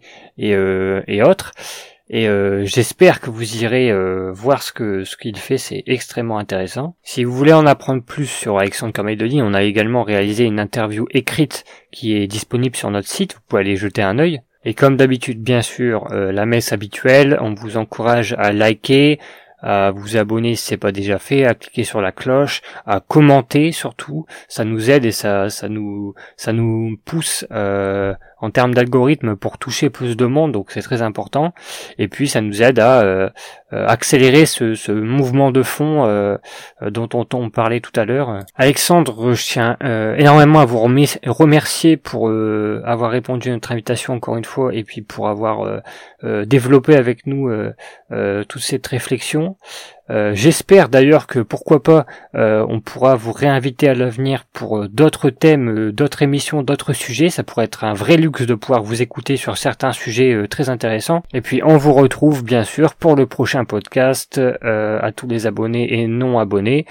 et autres. Et j'espère que vous irez voir ce qu'il fait, c'est extrêmement intéressant. Si vous voulez en apprendre plus sur Alexandre Camédoni, on a également réalisé une interview écrite qui est disponible sur notre site, vous pouvez aller jeter un œil. Et comme d'habitude, bien sûr, la messe habituelle, on vous encourage à liker, à vous abonner si c'est pas déjà fait, à cliquer sur la cloche, à commenter surtout, ça nous aide et ça nous pousse en termes d'algorithme pour toucher plus de monde, donc c'est très important. Et puis ça nous aide à accélérer ce mouvement de fond dont on parlait tout à l'heure. Alexandre, je tiens énormément à vous remercier pour avoir répondu à notre invitation encore une fois et puis pour avoir développé avec nous toute cette réflexion. J'espère d'ailleurs que pourquoi pas on pourra vous réinviter à l'avenir pour d'autres thèmes, d'autres émissions, d'autres sujets. Ça pourrait être un vrai luxe de pouvoir vous écouter sur certains sujets très intéressants. Et puis on vous retrouve bien sûr pour le prochain podcast à tous les abonnés et non abonnés.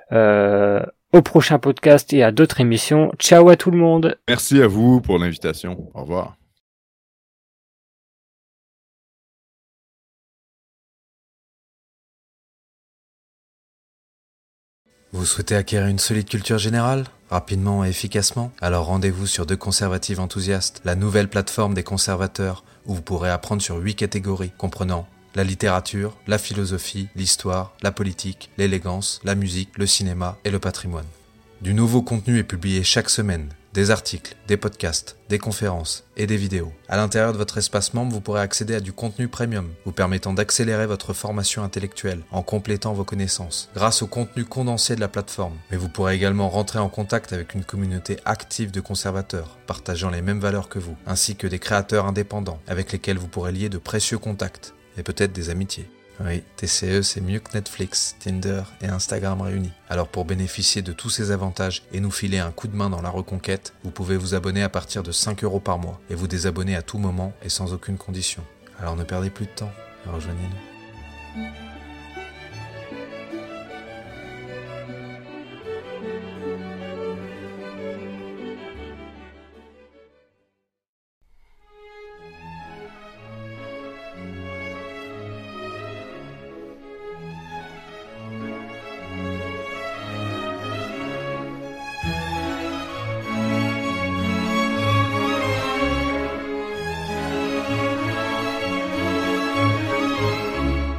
Au prochain podcast et à d'autres émissions. Ciao à tout le monde. Merci à vous pour l'invitation. Au revoir. Vous souhaitez acquérir une solide culture générale, rapidement et efficacement? Alors rendez-vous sur The Conservative Enthusiast, la nouvelle plateforme des conservateurs, où vous pourrez apprendre sur 8 catégories, comprenant la littérature, la philosophie, l'histoire, la politique, l'élégance, la musique, le cinéma et le patrimoine. Du nouveau contenu est publié chaque semaine, des articles, des podcasts, des conférences et des vidéos. À l'intérieur de votre espace membre, vous pourrez accéder à du contenu premium, vous permettant d'accélérer votre formation intellectuelle en complétant vos connaissances, grâce au contenu condensé de la plateforme. Mais vous pourrez également rentrer en contact avec une communauté active de conservateurs, partageant les mêmes valeurs que vous, ainsi que des créateurs indépendants, avec lesquels vous pourrez lier de précieux contacts, et peut-être des amitiés. Oui, TCE, c'est mieux que Netflix, Tinder et Instagram réunis. Alors pour bénéficier de tous ces avantages et nous filer un coup de main dans la reconquête, vous pouvez vous abonner à partir de 5 € par mois et vous désabonner à tout moment et sans aucune condition. Alors ne perdez plus de temps et rejoignez-nous.